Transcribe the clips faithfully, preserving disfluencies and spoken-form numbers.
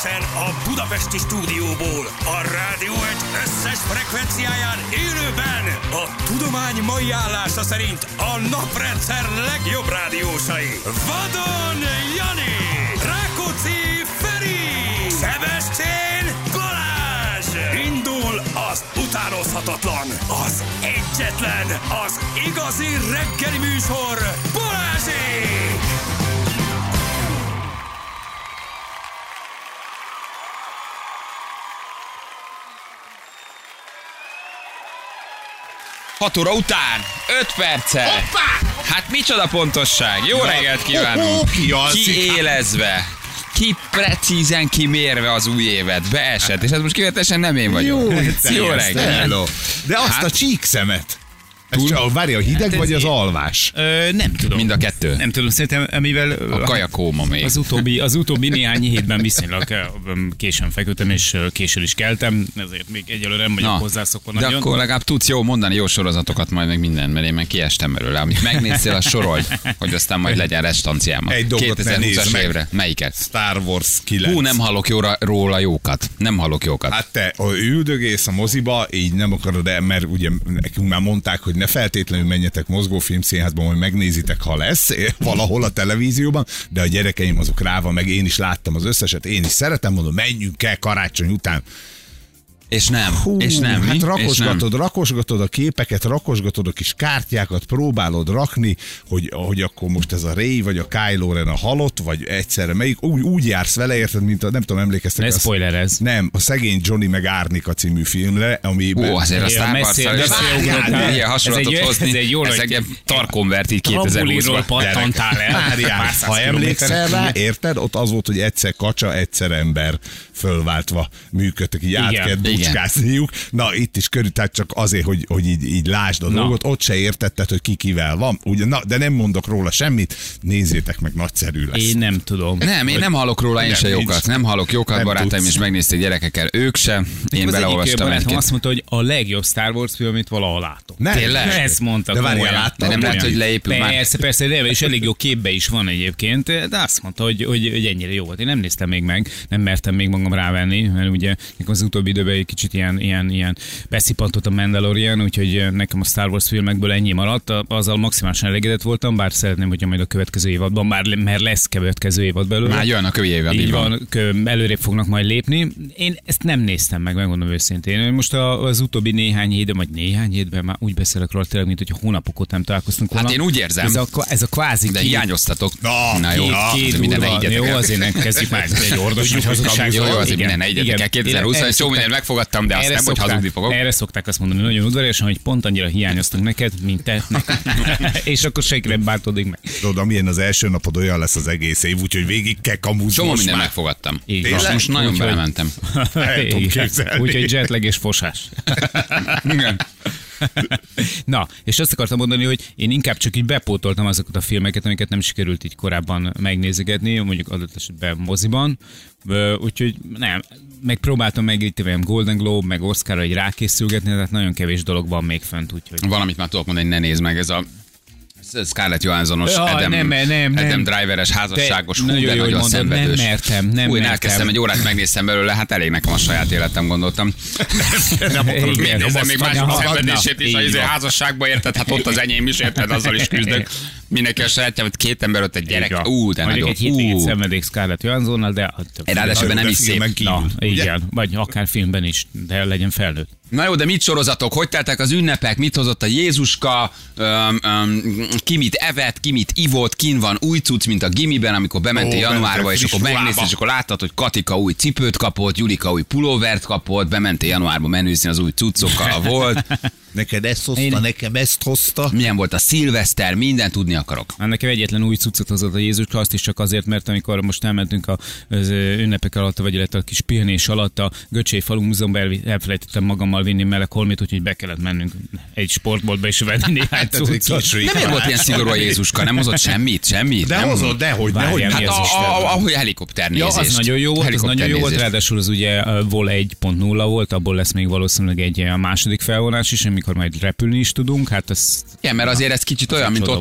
Innen a budapesti stúdióból, a Rádió egy összes frekvenciáján élőben a tudomány mai állása szerint a naprendszer legjobb rádiósai. Vadon Jani, Rákóczi Feri, Sebestyén Balázs. Indul az utánozhatatlan, az egyetlen, az igazi reggeli műsor, Balázsék! hat óra után, öt perccel. Hoppá! Hát micsoda pontosság. Jó reggelt kívánunk. Kiélezve, ki precízen kimérve az új évet. Beesett, és ez most kivetesen nem én vagyok. Jó, Jó reggelt. De azt Hát- a csíkszemet. Ez csak, várja, a hideg Hát vagy ez az i- alvás? Ö, nem tudom. Mind a kettő. Nem tudom, szerintem amivel A kajakóma még. az utóbbi, az utóbbi néhány hétben viszonylag ö, későn feküdtem, és ö, későn is keltem, ezért még egyelőre nem vagyok hozzászokva de nagyon. akkor legalább tudsz jó mondani jó sorozatokat majd meg minden, mert én meg kiestem belőle. Amit megnéztél, a sorold, hogy aztán majd legyen restanciáma. Egy dolgot ne kétezer-húszas nézd meg. évre. Melyiket? Star Wars kilenc. Hú, nem hallok jóra, róla jókat. Nem hallok jókat. Hát te ha üldögész a moziba, így nem akarod el, mert ugye nekünk már mondták, hogy ne feltétlenül menjetek mozgófilm színházba, majd megnézitek, ha lesz, valahol a televízióban, de a gyerekeim azok rá van, meg én is láttam az összeset, én is szeretem, mondom, menjünk el karácsony után. És nem, Hú, és nem. hát mi? rakosgatod, rakosgatod a képeket, rakosgatod a kis kártyákat, próbálod rakni, hogy, hogy akkor most ez a Rey, vagy a Kylo Ren a halott, vagy egyszerre melyik, úgy, úgy jársz vele, érted, mint a, nem tudom, emlékeztek. Ne az- spoilerezz. Nem, a Szegény Johnny meg Árnika című filmre, ami... Ó, azért a Ja, Star messzire- Wars-szal is messzire várjál, ugrottál. ilyen hasonlatot Ez egy- hozni. ez egy jó Ez nagy- egy tarkonvert így Trambulinról kétezer-húszban. pattantál el. Várjál, Pár száz ha emlékszel rá, kilométer. érted? Ott az volt, hogy egyszer kacsa, egyszer ember fölváltva működtek, így át Igen, kell igen. bucskázniuk. Na, itt is körül, tehát csak azért, hogy, hogy így, így lásd a Na. dolgot, ott se értetted, hogy ki kivel van. Ugye, na, de nem mondok róla semmit, nézzétek meg, nagyszerű lesz. Én nem tudom. Nem, én nem hallok róla, én Nem, se jókat. nincs. Nem hallok jókat, Nem barátaim tudsz. is megnézték gyerekekkel, ők se. Én Az egyik beleolvastam barátom egy-két. azt mondta, hogy a legjobb Star Wars film, amit valaha látom. Nem, Tényleg? Ezt mondta. De várjál, komolyan. láttad? De nem lehet, hogy leépül már. Persze, persze, de és elég jó képbe is van egyébként, de azt mondta, hogy, hogy, hogy ennyire jó volt. Én nem néztem még meg, nem mertem még magam rávenni, mert ugye nekem az utóbbi időben egy kicsit ilyen, ilyen, ilyen beszippantott a Mandalorian, úgyhogy nekem a Star Wars filmekből ennyi maradt. Azzal maximálisan elégedett voltam, bár szeretném, hogyha majd a következő évadban, bár mert lesz következő évad belőle. Már jön a kövi évad, Így így van. van, kö- előrébb fognak majd lépni. Én ezt nem néztem meg, megmondom őszintén. Most a- az utóbbi néhány hétben, vagy néhány hétben már úgy beszélek róla tényleg, mint hogy hónapok óta nem találkoztunk volna. Hát én úgy érzem. Ez a, ez a kvázi De két- hiányoztatok. Na, Na jó, Két, Na, két minden ne durva, higgyetek jó, el. azért nem kezdjük már egy ordos nagy hazugsággal. Jó, jó, azért Igen, minden ne higgyetek igen. el. kétezer-húsz, Erre egy csomó mindent szokták- megfogadtam, de azt erre nem, hogy szokták- hazudni fogok. Erre szokták azt mondani nagyon udvariasan, hogy pont annyira hiányoztunk neked, mint te nekem. És akkor senki nem bántódik meg. Tudod, amilyen az első napod, olyan lesz az egész év, úgyhogy végig kell kamúzni Csomó most mindent már. megfogadtam. Így Most, van. most nagyon Úgyhogy- belementem. El tudom Igen. képzelni. Úgyhogy jetlag és fosás. Igen. Na, és azt akartam mondani, hogy én inkább csak így bepótoltam azokat a filmeket, amiket nem sikerült így korábban megnézegetni, mondjuk adott esetben moziban, Ö, úgyhogy nem, megpróbáltam meg itt olyan Golden Globe, meg Oscarra így rákészülgetni, tehát nagyon kevés dolog van még fent, úgyhogy... Valamit már tudok mondani, hogy ne nézd meg, ez a Scarlett Johanssonos, Ja, Adam, nem, nem, nem. Adam Driveres házasságos, De hú, nagyon de jó, hogy nagyon mondod, nem szenvedős. mertem, nem Hú, én mertem. elkezdtem, egy órát megnéztem belőle, hát elég nekem a saját életem, gondoltam. Nem akarod Igen. még Nézem még nyomasztani mások magad? szenvedését is, Na, a így izé van. házasságba érted, hát ott az enyém is érted, azzal is küzdök. Mindenki a sajátja, hogy két ember ott egy gyerek, Igen. ú, de Mondjuk nagyon, egy hétvégét ú. szenvedék Scarlett Johanssonnal, de... Egy ráadásul nem is szép. filmen kívül. Na, ugye? igen, vagy akár filmben is, de legyen felnőtt. Na jó, de mit sorozatok? Hogy teltek az ünnepek? Mit hozott a Jézuska? Öm, öm, ki mit evett? Ki mit ivott? Kin van új cucc, mint a gimiben, amikor bementél Ó, januárba, mentek és akkor friss megnézted, ruhába. és akkor láttad, hogy Katika új cipőt kapott, Julika új pulóvert kapott, bementél januárba menőzni az új cuccokkal volt. Neked ezt hozta, Én- nekem ezt hozta. Milyen volt a szilveszter? Mindent tudni akarok. Hát nekem egyetlen új cuccot hozott a Jézuska, azt is csak azért, mert amikor most elmentünk a- az ünnepek alatt, vagy illetve a kis pihenés alatt a Göcsei Falu Múzeumban elvi- elfelejtettem magammal vinni meleg holmit, úgyhogy be kellett mennünk egy sportboltba és venni néhány cuccot. Nem miért volt ilyen szigorú a Jézuska? Nem hozott semmit? Semmit? De nem hozott, dehogy, Várjál, dehogy. mi Hát az a, Isten? a, a, ahogy Ja, helikopternézést. az nagyon jó volt, az nagyon jó volt, Helikopternézést. ráadásul az ugye uh, Vol egy pont nulla volt, abból lesz még valószínűleg egy uh, második felvonás is, amikor majd repülni is tudunk, hát ez... Igen, mert azért ez kicsit olyan, mint csoda ott van volt. egy jó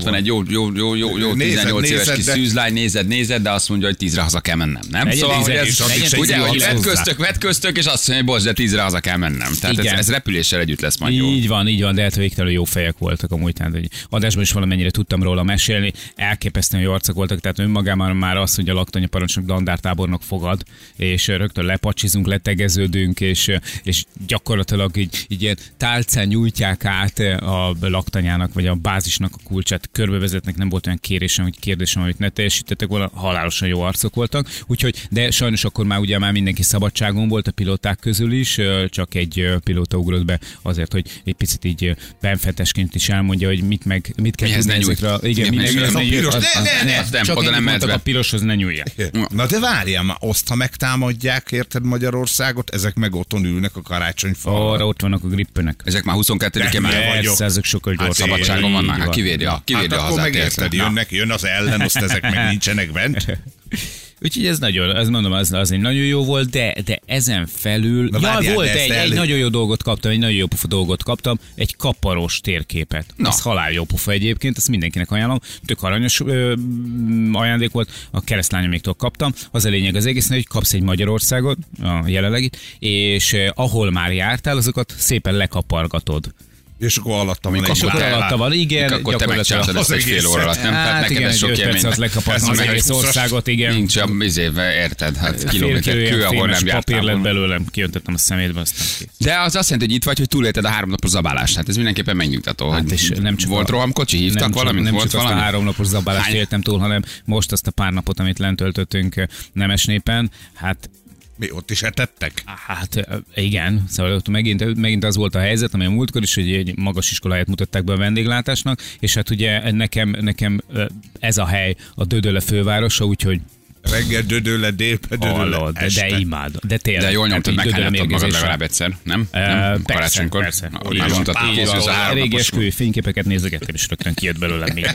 jó, jó, jó, jó Nézed, tizennyolc éves nézed, kis de- szűzlány, nézed, nézed, de azt mondja, hogy tízre haza kell mennem, nem? Legyen Szóval, hogy tízre, ez, és addig se ugye, izé hogy hozzá. vetköztök, vetköztök, és azt mondja, hogy bocs, de tízre haza kell mennem. Tehát ez, Igen. ez repüléssel együtt lesz majd jó. Így van, így van, de hát végtelenül jó fejek voltak amúgy, tehát hogy adásban is valamennyire tudtam róla mesélni, elképesztően jó arcok voltak, tehát önmagában már az, hogy a laktanya parancsnok dandártábornok fogad, és rögtön lepacsizunk, letegeződünk, és, és gyakorlatilag így, így ilyen tálcán nyújtják át a laktanyának, vagy a bázisnak a kulcsát, körbevezetnek, nem volt olyan kérésem, hogy kérdésem, amit ne teljesítettek volna, halálosan jó arcok voltak, úgyhogy, de sajnos akkor már ugye már mindenki szabadságon volt a pilóták közül is, csak egy pilóta ugrott be azért, hogy egy picit így benfentesként is elmondja, hogy mit meg, mit kell Mihez tudni ne nyújj. ezekre. Igen, Mihez minek- ne nyújj. minek- A piros- az- ne, az- ne, ne, az- nem, Csak oda én nem mondtam, mehetsz a be. piroshoz ne nyúlja. Na de várjál már, azt ha megtámadják, érted Magyarországot, ezek meg otthon ülnek a karácsonyfalra. Arra ott vannak a grippenek. Ezek már huszonkettedike Nem, már vagyok. Persze, ezek sokkal Hát gyorsabb. szabadságon vannak, hát kivédi a, Hát kivédi a akkor hazát. meg érted, érted? Na. jönnek, jön az ellen, azt ezek meg nincsenek bent. Úgyhogy ez nagyon, ez mondom, az, az egy nagyon jó volt, de, de ezen felül, Na ja, várjál, volt de egy, ezt egy el- nagyon jó dolgot kaptam, egy nagyon jó pufa dolgot kaptam, egy kaparos térképet. Na. Az halál jó pufa egyébként, ezt mindenkinek ajánlom. Tök aranyos ö, mm, ajándék volt, a keresztlányoméktól kaptam. Az a lényeg az egésznek, hogy kapsz egy Magyarországot, a jelenlegit, és eh, ahol már jártál, azokat szépen lekapargatod. És akkor alatta van És egy És akkor láng. alatta van, igen, Akkor te megcsináltad ezt az egy fél egészet. óra alatt, nem? Tehát Hát neked igen, ez egy sok öt perc élmény. az lekapasztani Ez az meg egész egy huszas. országot, igen. Nincs a izével, érted? Hát Fél kilométer kiló kő, ilyen ahol nem fémes papír jártál lett volna. belőlem, kijöntöttem a szemétbe, aztán kész. De az azt jelenti, hogy itt vagy, hogy túlélted a három napos zabálást. Hát ez mindenképpen megnyugtató. Hát hogy és nem csak volt a- rohamkocsi, hívtak nem valamit? Csak, nem volt csak azt valami? a három napos zabálást Hány- éltem túl, hanem most azt a pár napot, amit lent töltöttünk Nemesnépen, hát Mi ott is etettek? Hát igen, szóval ott megint, megint az volt a helyzet, amely a múltkor is, hogy egy magas iskoláját mutatták be a vendéglátásnak, és hát ugye nekem, nekem ez a hely a Dödöle fővárosa, úgyhogy Reggel dödölle, délbe dödölle, hallod, de, este. de imádom, de tényleg. De jól nyomtad, tehát így Dödöle meghányadtad magad mérgezésre. legalább egyszer, nem? Eh, nem? persze, Karácsonykor? persze. Na, Így Már van. mondtad, hogy Így készülsz a van. három Régi napos. esküvői fényképeket nézegettem, és rögtön kijött belőlem minden.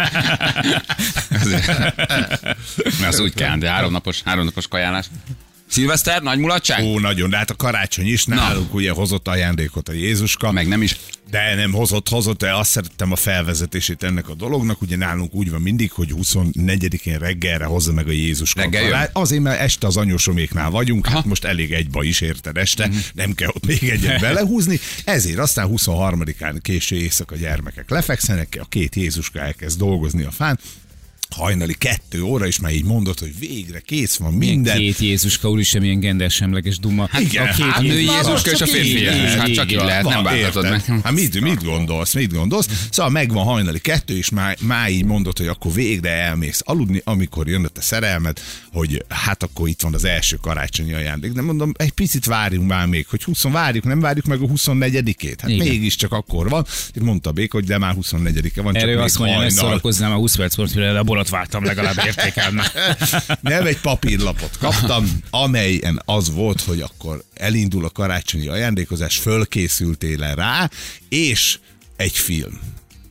Mert az úgy kell, de három napos, három napos kajálás. Szilveszter, nagy mulatság? Ó, nagyon, de hát a karácsony is nálunk ugye hozott ajándékot a Jézuska. Meg nem is. De nem hozott, hozott, de azt szerettem a felvezetését ennek a dolognak. Ugye nálunk úgy van mindig, hogy huszonnegyedikén reggelre hozza meg a Jézuska. Reggel jön? Karács- Azért, mert este az anyósoméknál vagyunk, hát Aha. most elég egyba is érted este, Mhm. nem kell ott még egyet belehúzni. Ezért aztán huszonharmadikán késő éjszaka gyermekek lefekszenek, a két Jézuska elkezd dolgozni a fán. Hajnali kettő óra, és már így mondod, hogy végre kész van minden. Két Jézuska úr is sem ilyen gendersemleges duma. Hát igen, a két hát női Jézus- Jézuska és a férfi így, Jézus. Hát így, csak így így lehet, van, nem váltatod érted? meg. Hát mit, mit gondolsz, mit gondolsz? Szóval megvan hajnali kettő, és már, már így mondod, hogy akkor végre elmész aludni, amikor jön a te szerelmed, hogy hát akkor itt van az első karácsonyi ajándék. De mondom, egy picit várjunk már még, hogy húsz várjuk, nem várjuk meg a huszonnegyedikét. Hát Igen. mégiscsak akkor van. Itt mondta Béka, hogy de már huszonnegyedike van, csak Erről még azt mondja, ne hajnal. szórakozzám, a húsz perc volt, mire a borot vártam, legalább értékelne. Nem, egy papírlapot kaptam, amelyen az volt, hogy akkor elindul a karácsonyi ajándékozás, fölkészültél -e rá, és egy film.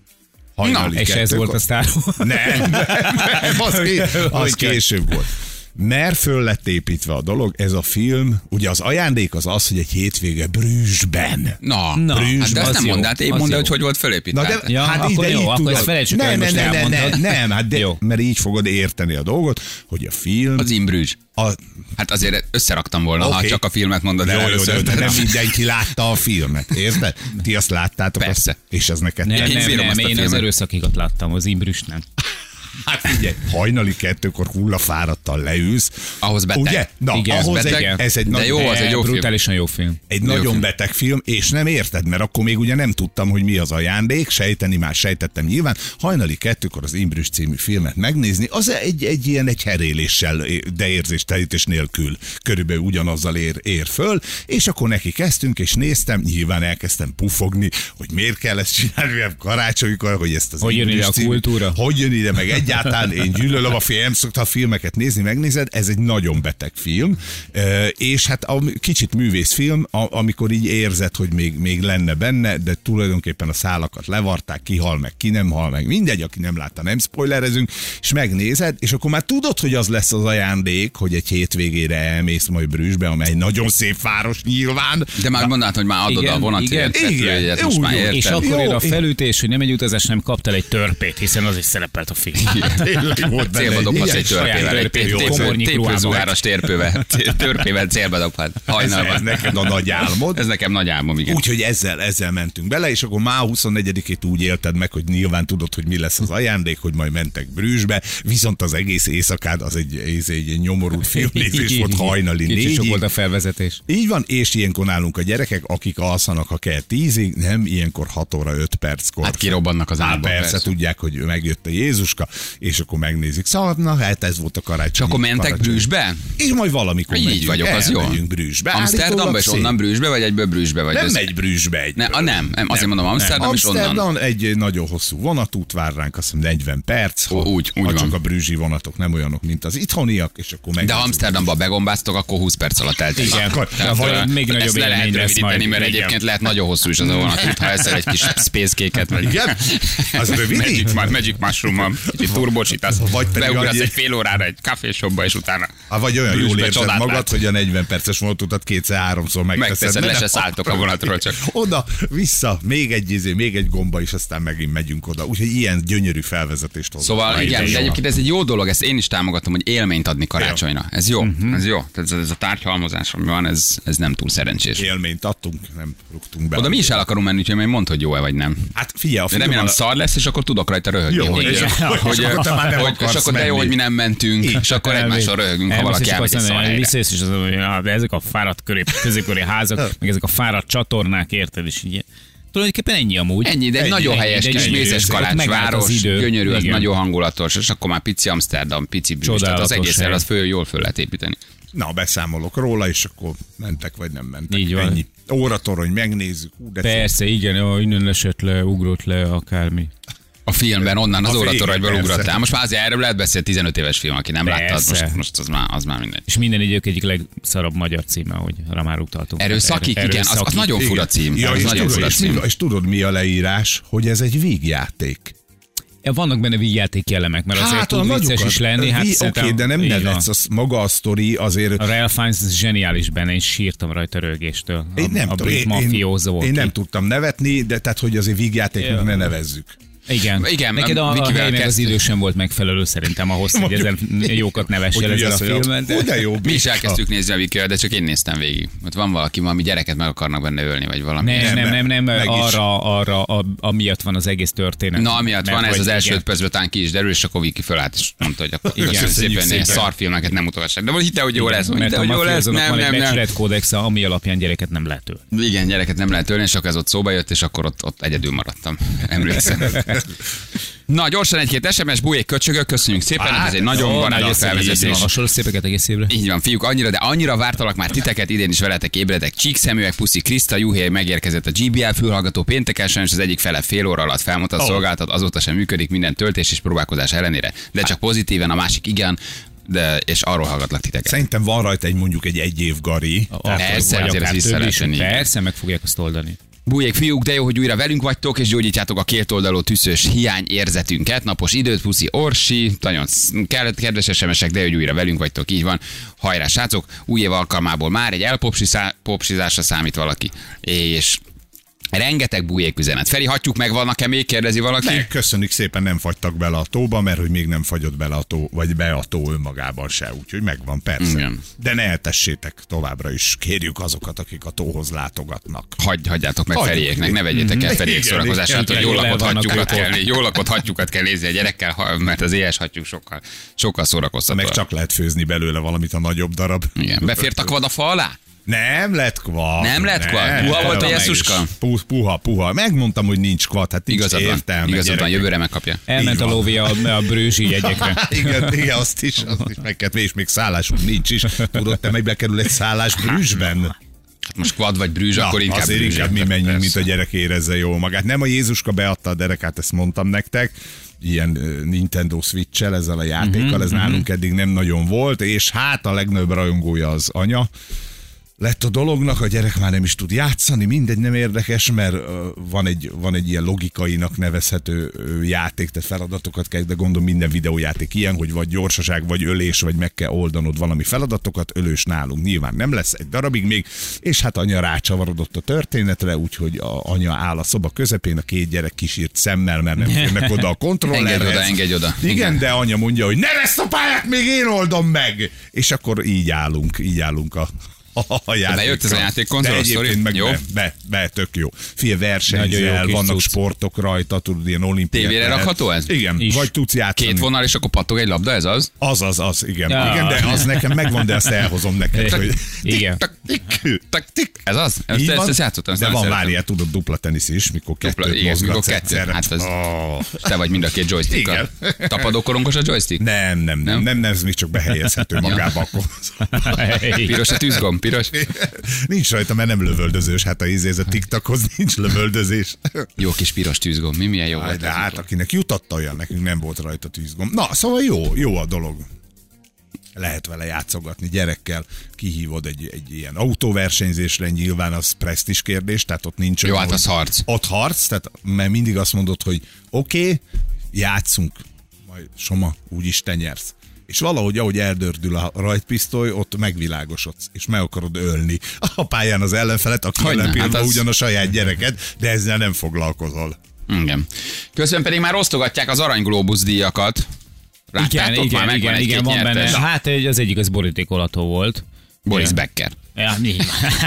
Hajnali És ez kettőkor- volt a sztár. Nem, nem, nem, az, ké, az Hogy kell? később volt. Mert föl lett építve a dolog, ez a film, ugye az ajándék az az, hogy egy hétvége Brüsszben. Na, Na, hát de az ezt nem jó, mondd, hát én az mondd, jó. hogy hogy volt fölépítve. Na de, Hát, Ja, hát akkor ide jó, így akkor tudod. ezt felejtsük el, nem, most nem, nem, nem, elmondtad. nem, hát de, Jó. mert így fogod érteni a dolgot, hogy a film... az Imbrüzs. A, Hát azért összeraktam volna, ha Oké. csak a filmet mondod el jó, jó, először. de, de nem mindenki látta a filmet, érted? Ti azt láttátok? Persze. Azt, és ez neked Nem, tetszett? Én nem, bírom nem, azt a én az filmet. erőszakikat láttam, az Imbrüst nem. Hát figyelj, hajnali kettőkor hullafáradtan leülsz. Ahhoz beteg. Ugye? Na, Igen, ahhoz beteg, egy, ez egy, de nagy, jó, az egy jó film. brutálisan jó film. egy jó nagyon film. beteg film, és nem érted, mert akkor még ugye nem tudtam, hogy mi az ajándék, sejteni már sejtettem nyilván. Hajnali kettőkor az Imbrüs című filmet megnézni, az egy, egy ilyen egy heréléssel, de érzéstelenítés nélkül körülbelül ugyanazzal ér, ér föl, és akkor neki kezdtünk, és néztem, nyilván elkezdtem pufogni, hogy miért kell ezt csinálni, mert karácsonykor, hogy ezt az Hogy jön Imbrüs ide a című- kultúra? Hogy jön ide, meg egyáltalán egyáltalán én gyűlölöm a film, szokta a filmeket nézni, megnézed, ez egy nagyon beteg film, és hát a kicsit művészfilm, amikor így érzed, hogy még, még lenne benne, de tulajdonképpen a szálakat levarták, ki hal meg, ki nem hal meg, mindegy, aki nem látta, nem spoilerezünk, és megnézed, és akkor már tudod, hogy az lesz az ajándék, hogy egy hétvégére elmész majd Brüsszbe, amely nagyon szép város nyilván. De már mondanád, hogy már adod igen, a vonatjegyet, most már értem. És akkor jön a felütés, hogy nem egy utazás, nem kaptál egy törpét, hiszen az is szerepelt a filmben. Célba dobhatsz egy törpével, egy tépőzuháras térpővel, törpével célba dobhat. Hajnalban. Ez neked a nagy álmod. Ez nekem nagy álmom, igen. Úgyhogy ezzel, ezzel mentünk bele, és akkor már huszonnegyedikét úgy élted meg, hogy nyilván tudod, hogy mi lesz az ajándék, hogy majd mentek Brüsszbe, viszont az egész éjszakád az egy, egy, egy nyomorult filmnézés volt hajnali négyig. Kicsit sok volt a felvezetés. Így van, és ilyenkor nálunk a gyerekek, akik alszanak, ha kell tízig, nem ilyenkor hat óra öt perckor. Hát kirobbannak az ágyba. Persze, persze, tudják, hogy megjött a Jézuska, és akkor megnézik. Szóval, na hát ez volt a karácsony. És akkor mentek Brüsszbe? És majd valamikor így megyünk. Vagyok, az jó. Brüsszbe. Amsterdamba és onnan Brüsszbe, vagy egyből Brüsszbe vagy? Nem az... megy Brüsszbe egy. Ne, a nem, nem, azért mondom Amsterdam és onnan. Amsterdam egy nagyon hosszú vonatút vár ránk, azt hiszem negyven perc. Ó, úgy, úgy ha van. Csak a brüsszsi vonatok nem olyanok, mint az itthoniak, és akkor meg. De ha Amsterdamba begombáztok, akkor húsz perc alatt eltelik. Igen, akkor még nagyobb le lehet rövidíteni, mert igen. egyébként lehet nagyon hosszú is az a vonatút, ha eszel egy kis space cake-et. Vagy... Igen? Az rövidít? Magic mushroom-mal, egy turbosítasz, beugrasz egy fél órára egy kávéshopba, és utána vagy olyan jól érzed magad, hogy a negyven perces vonatutat kétszer-háromszor megteszed. Megteszed, le se szálltok a vonatról csak. Oda, vissza, még egy izé, még egy gomba, és aztán megint megyünk oda. Úgyhogy ilyen gyönyörű felvezetést hozott. Szóval igen, de egyébként ez egy jó dolog, ezt én is támogatom, hogy élményt adni karácsonyra. Ez jó, uh-huh. ez jó. Tehát ez a tárgyhalmozás, ami van, ez, ez nem túl szerencsés. Élményt adtunk, nem rúgtunk be. Oda mi is el akarunk menni, úgyhogy majd mondd, hogy jó-e vagy nem. Hát figyelj, a remélem a... szar lesz, és akkor tudok rajta röhögni. Jó, hogy, és akkor, hogy, és akkor te már nem hogy, és akkor de jó, hogy mi nem mentünk, így, és akkor egymással röhögünk, ha valaki elmegy egy szar helyre. Visszajössz, és az, de ezek a fáradt középkori házak, meg ezek a fáradt csatornák, érted, és így. Tulajdonképpen ennyi amúgy. Ennyi, de egy nagyon helyes kis mézes kalácsváros, gyönyörű, az nagyon hangulatos, és akkor már pici Amsterdam, pici Brüssz, tehát az egészen az föl jól föl lehet építeni. Na, beszámolok róla, és akkor mentek, vagy nem mentek. Így van. Ennyi. Óratorony, megnézzük. Hú, de persze, szép. Igen, innen esett le, ugrott le, akármi. A filmben onnan az óratoronyból ugrottál. Most már azért erről lehet beszélni, tizenöt éves film, aki nem persze. látta, most, most az, már, az már mindegy. És minden idők egyik legszarabb magyar címe, ahogy arra már utaltunk. Erőszakik, erő, igen, az, az nagyon fura cím. Ja, az és, nagyon tudod, fura és, cím. és tudod, mi a leírás? Hogy ez egy vígjáték. Ja, vannak benne vígjáték elemek, mert azért hát, tud vicces is lenni. Hát Oké, okay, de nem nevetsz, az, maga a sztori azért... A Ralph Fiennes zseniális benne, én sírtam rajta rögéstől. A, én nem a brit mafiózó. Én, én nem tudtam nevetni, de tehát, hogy azért vígjátéknak ne nevezzük. Igen. Igen, neked a, a hely meg az idő sem volt megfelelő szerintem ahhoz, hogy ezen jókat nevessél ezzel a filmet. De jó, mi is elkezdtük nézni a Vikivel, de csak én néztem végig. Ott van valaki, valami gyereket meg akarnak benne ölni, vagy valami. Nem, nem, nem, nem, nem arra, arra, a, amiatt van az egész történet. Na, amiatt van, ez az első öt percben talán ki is derül, és akkor Viki fölállt, és mondta, hogy akkor köszönjük szépen, ilyen szarfilmeket nem mutogassák. De hitte, hogy jó lesz. Mert a mafiózónak van egy becsületkódexa, ami alapján gyereket nem lehet ölni. Igen, gyereket nem lehet ölni, és akkor ez ott szóba jött, és akkor ott, ott egyedül maradtam. Emlékszem. Na, gyorsan egy-két es em es, Bujék köcsögök, köszönjük szépen, hát, ez egy nagyon ó, banán felvezetés. A soros szépeket egész évre. Így van, fiúk, annyira, de annyira vártalak már titeket, idén is veletek ébredek. Csíkszeműek, puszi, Kriszta, Juhé megérkezett a gé bé el fülhallgató pénteken, sajnos az egyik fele fél óra alatt felmondta a oh. szolgáltat, azóta sem működik minden töltés és próbálkozás ellenére, de csak pozitíven, a másik igen. De, és arról hallgatlak titeket. Szerintem van rajta egy mondjuk egy egy év gari. Persze, azért ez vissza lehet venni. Persze, meg fogják azt oldani. Bujék, fiúk, de jó, hogy újra velünk vagytok, és gyógyítjátok a kétoldalú tüszös hiányérzetünket. Napos időt, puszi, Orsi, nagyon kedves es em esek, de hogy újra velünk vagytok, így van. Hajrá, srácok, új év alkalmából már egy elpopsizásra számít valaki. És rengeteg Bujék üzenet. Feri, hagyjuk meg, vannak-e még, kérdezi valaki? Ne, köszönjük szépen, nem fagytak bele a tóba, mert hogy még nem fagyott bele a tó, vagy be a tó önmagában se, úgyhogy megvan, persze. Igen. De ne eltessétek továbbra is, kérjük azokat, akik a tóhoz látogatnak. Hagy, hagyjátok meg Hagyjuk. Feriéknek, ne vegyétek el Feriék szórakozását, hogy jól lakott hattyúkat kell, jól lakott hattyúkat kell nézni a gyerekkel, mert az éhes hattyúk sokkal, sokkal szórakoztató. Meg csak lehet főzni belőle valamit a nagyobb darab. Igen. Befért a kvad a fa alá? Nem lett kvad. Nem lett kvad? Puha volt a Jesszuska? Puha, puha. Megmondtam, hogy nincs kvad, hát nincs értelme. Igazad van, jövőre megkapja. Elment a lóvé a, a brőzsi jegyekre. igen, igen, azt is, azt is meg kell, és még szállásunk nincs is. Tudod, te meg bekerül egy szállás Brüsszben? Hát most Quad vagy Brüzs, Na, akkor inkább azért Brüzs. inkább mi menjünk, Persze. mint a gyerek érezze jól magát. Nem a Jézuska beadta a derekát, ezt mondtam nektek, ilyen uh, Nintendo Switch-el, ezzel a játékkal, uh-huh, ez uh-huh. nálunk eddig nem nagyon volt, és hát a legnagyobb rajongója az anya lett a dolognak, a gyerek már nem is tud játszani, mindegy, nem érdekes, mert uh, van, egy, van egy ilyen logikainak nevezhető uh, játék, tehát feladatokat kell, de gondolom minden videójáték ilyen, hogy vagy gyorsaság, vagy ölés, vagy meg kell oldanod valami feladatokat, ölős nálunk nyilván nem lesz egy darabig még, és hát anya rácsavarodott a történetre, úgyhogy a anya áll a szoba közepén, a két gyerek kisírt szemmel, mert nem férnek oda a kontrollerhez. Engedj oda, engedj oda. Igen, Igen. de anya mondja, hogy nem ezt a pályát még én oldom meg! És akkor így állunk, így állunk a a játékkal. Bejött ez a játékkonzol, De egyébként sorry? meg Jó. be, be, be, tök jó. Fia, Nagyon versenyzel, jó kis vannak cucc. sportok rajta, tudod, ilyen olimpiák. Tévére lehet. rakható ez? Igen, Is. vagy tudsz játszani. Két vonal, és akkor pattog egy labda, ez az? Az, az, az, igen. Ja. Igen, de az nekem megvan, de azt elhozom neked, hogy... Igen. Tak, tik, tak, tik. Ez az? Ezt, Így ezt, van, ezt játszottam. ezt de nem van, szeretem. várjál, tudod, dupla tenisz is, mikor Dupla- kettőt igen, mikor mozgatsz kettő. egyszerre. Hát ez- Oh. Te vagy mind a két joystickkal. Tapadókorongos a joystick? Nem, nem, nem, nem, nem, ez még csak behelyezhető magába. Akkor. Piros a tűzgomb, piros. Nincs rajta, mert nem lövöldözős. Hát a ízé, ez a TikTokhoz nincs lövöldözés. Jó kis piros tűzgomb. Mi milyen jó Aj, volt de ez hát mikor? akinek jutatta olyan, nekünk nem volt rajta tűzgomb. Na, szóval jó, jó a dolog. Lehet vele játszogatni gyerekkel, kihívod egy, egy ilyen autóversenyzésre, nyilván az presztis kérdés, tehát ott nincs Jó, olyan, hát az hogy- harc. Ott harc, tehát mert mindig azt mondod, hogy oké, okay, játszunk, majd Soma, úgyis te nyersz. És valahogy, ahogy eldördül a rajtpisztoly, ott megvilágosodsz, és meg akarod ölni a pályán az ellenfelet, aki Hogyne, jelen pillanatban hát az- ugyan a saját gyereked, de ezzel nem foglalkozol. Igen. Közben pedig már osztogatják az Arany Glóbusz díjakat. Igen, Láttátok? igen, Már megvan igen, egy-két igen, van benne. nyertes. Hát egy- az egyik az borítékolató volt. Boris Igen. Becker. Ja, nyilván.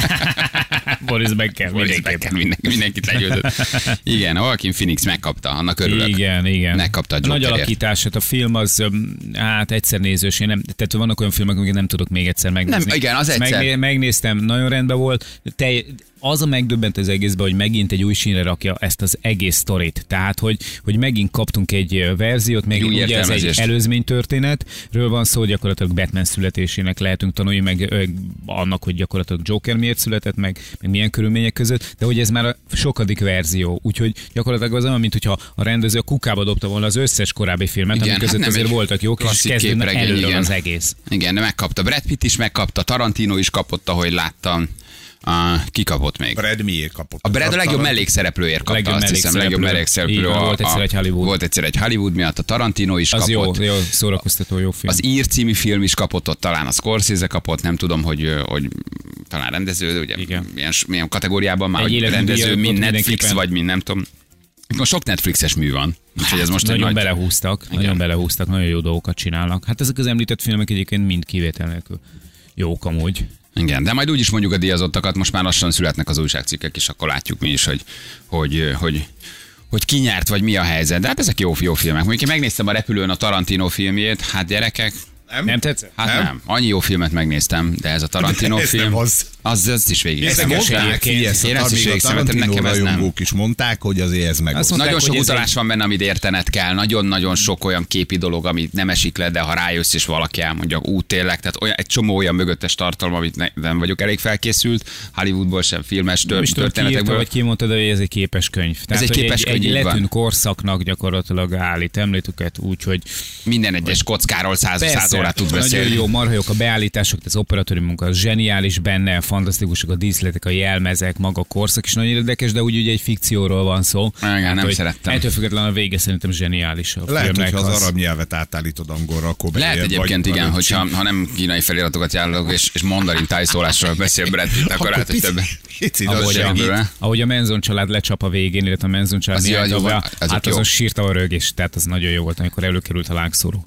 Boris Becker, Boris mindenképpen. Becker mindenki, mindenkit legyőzött. Igen, Joaquin Phoenix megkapta, annak örülök. Igen, igen. Megkapta a Nagy Jokerért. alakítását, a film az, öm, hát egyszer nézős, én nem, tehát vannak olyan filmek, amiket nem tudok még egyszer megnézni. Nem, igen, az Ezt egyszer. Megné, megnéztem, nagyon rendben volt. Te, az a megdöbbent az egészben, hogy megint egy új sínre rakja ezt az egész sztorit. Tehát, hogy, hogy megint kaptunk egy ö, verziót, még Új ugye ez egy értelmezést. előzmény történetről van szó, gyakorlatilag Batman születésének lehetünk tanulni, meg ö, annak, hogy gyakorlatilag Joker miért született, meg, meg milyen körülmények között, de hogy ez már a sokadik verzió. Úgyhogy gyakorlatilag az olyan, mint hogyha a rendező a kukába dobta volna az összes korábbi filmet, Igen, amik között hát nem azért egy voltak jók, és klasszik kezdődne képregény, előről igen. az egész. Igen, de megkapta. Brad Pitt is megkapta, Tarantino is kapott, ahogy láttam. Uh, ki kapott még? Brad miért kapott? A Brad a legjobb Tarant- mellékszereplőért kapta, Legjobb azt hiszem, legjobb mellékszereplő. mellékszereplő. Így van, volt egyszer egy Hollywood. Volt egyszer egy Hollywood miatt, a Tarantino is Az jó, kapott. jó, szórakoztató, jó film. Az Ír című film is kapott, ott talán a Scorsese kapott, nem tudom, hogy, hogy talán rendező, ugye Igen. milyen, milyen kategóriában már, Egy hogy életmű rendező, díjat mint ott Netflix, mindenképpen. vagy mint nem tudom. Most sok Netflixes mű van, úgyhogy ez most egy nagyon nagy... belehúztak, Igen. nagyon belehúztak, nagyon jó dolgokat csinálnak. Hát ezek az említett filmek egyébként mind kivétel nélkül jók amúgy. Igen, de majd úgy is mondjuk a díjazottakat, most már lassan születnek az újságcikkek, és akkor látjuk mi is, hogy, hogy, hogy, hogy ki nyert, vagy mi a helyzet. De hát ezek jó, jó filmek. Mondjuk én megnéztem a repülőn a Tarantino filmjét, hát gyerekek, Nem? Nem tetszett? hát nem. nem. Annyi jó filmet megnéztem, de ez a Tarantino De ez film, nem az. az, az is végig. Ezt Érdekes mondták, egyébként. figyelj, ezt Én a, ezt is még a végigszem, mert Tarantino nekem ez nem. rajongók is mondták, hogy azért ez meg. Azt mondták, Nagyon sok hogy ez utalás egy- van benne, amit értened kell. Nagyon-nagyon sok olyan képi dolog, amit nem esik le, de ha rájössz és valaki elmondja, ú, tényleg, tehát olyan, egy csomó olyan mögöttes tartalom, amit ne, nem vagyok elég felkészült, Hollywoodból sem, filmes Nem is tör, tudom, ki írta, történetekből. vagy ki mondta, de hogy ez egy képes könyv. Tehát, egy hogy képes egy, könyv, egy így van. letűnt korszaknak gyakorlatilag állít emlétüket, úgyhogy Minden egyes kockáról száz, száz órát tudsz nagyon beszélni. jó, marha jók a beállítások, az operatőri munka, az zseniális benne, fantasztikusak a díszletek, a jelmezek, maga a korszak is nagyon érdekes, de úgy ugye egy fikcióról van szó. Igen, nem hogy szerettem. Ettől függetlenül a vége szerintem zseniális a Lehet, filmnek. hogyha az az- arab nyelvet átállítod angolra, akkor Lehet beér, egyébként, vagy- igen, vagy- hogyha ha nem kínai feliratokat járulok, és, és mandarin tájszólásról beszél Brad Pitt, akkor Akkor hát, hogy pici- többen. pici, az Ahogy a, segít. segít. ahogy a Menzon család lecsap a végén, illetve a Menzon család Az jó, néhány jó dobja, van, azok hát jó. azon sírta a rögés, tehát az nagyon jó volt, amikor előkerült a lángszóró.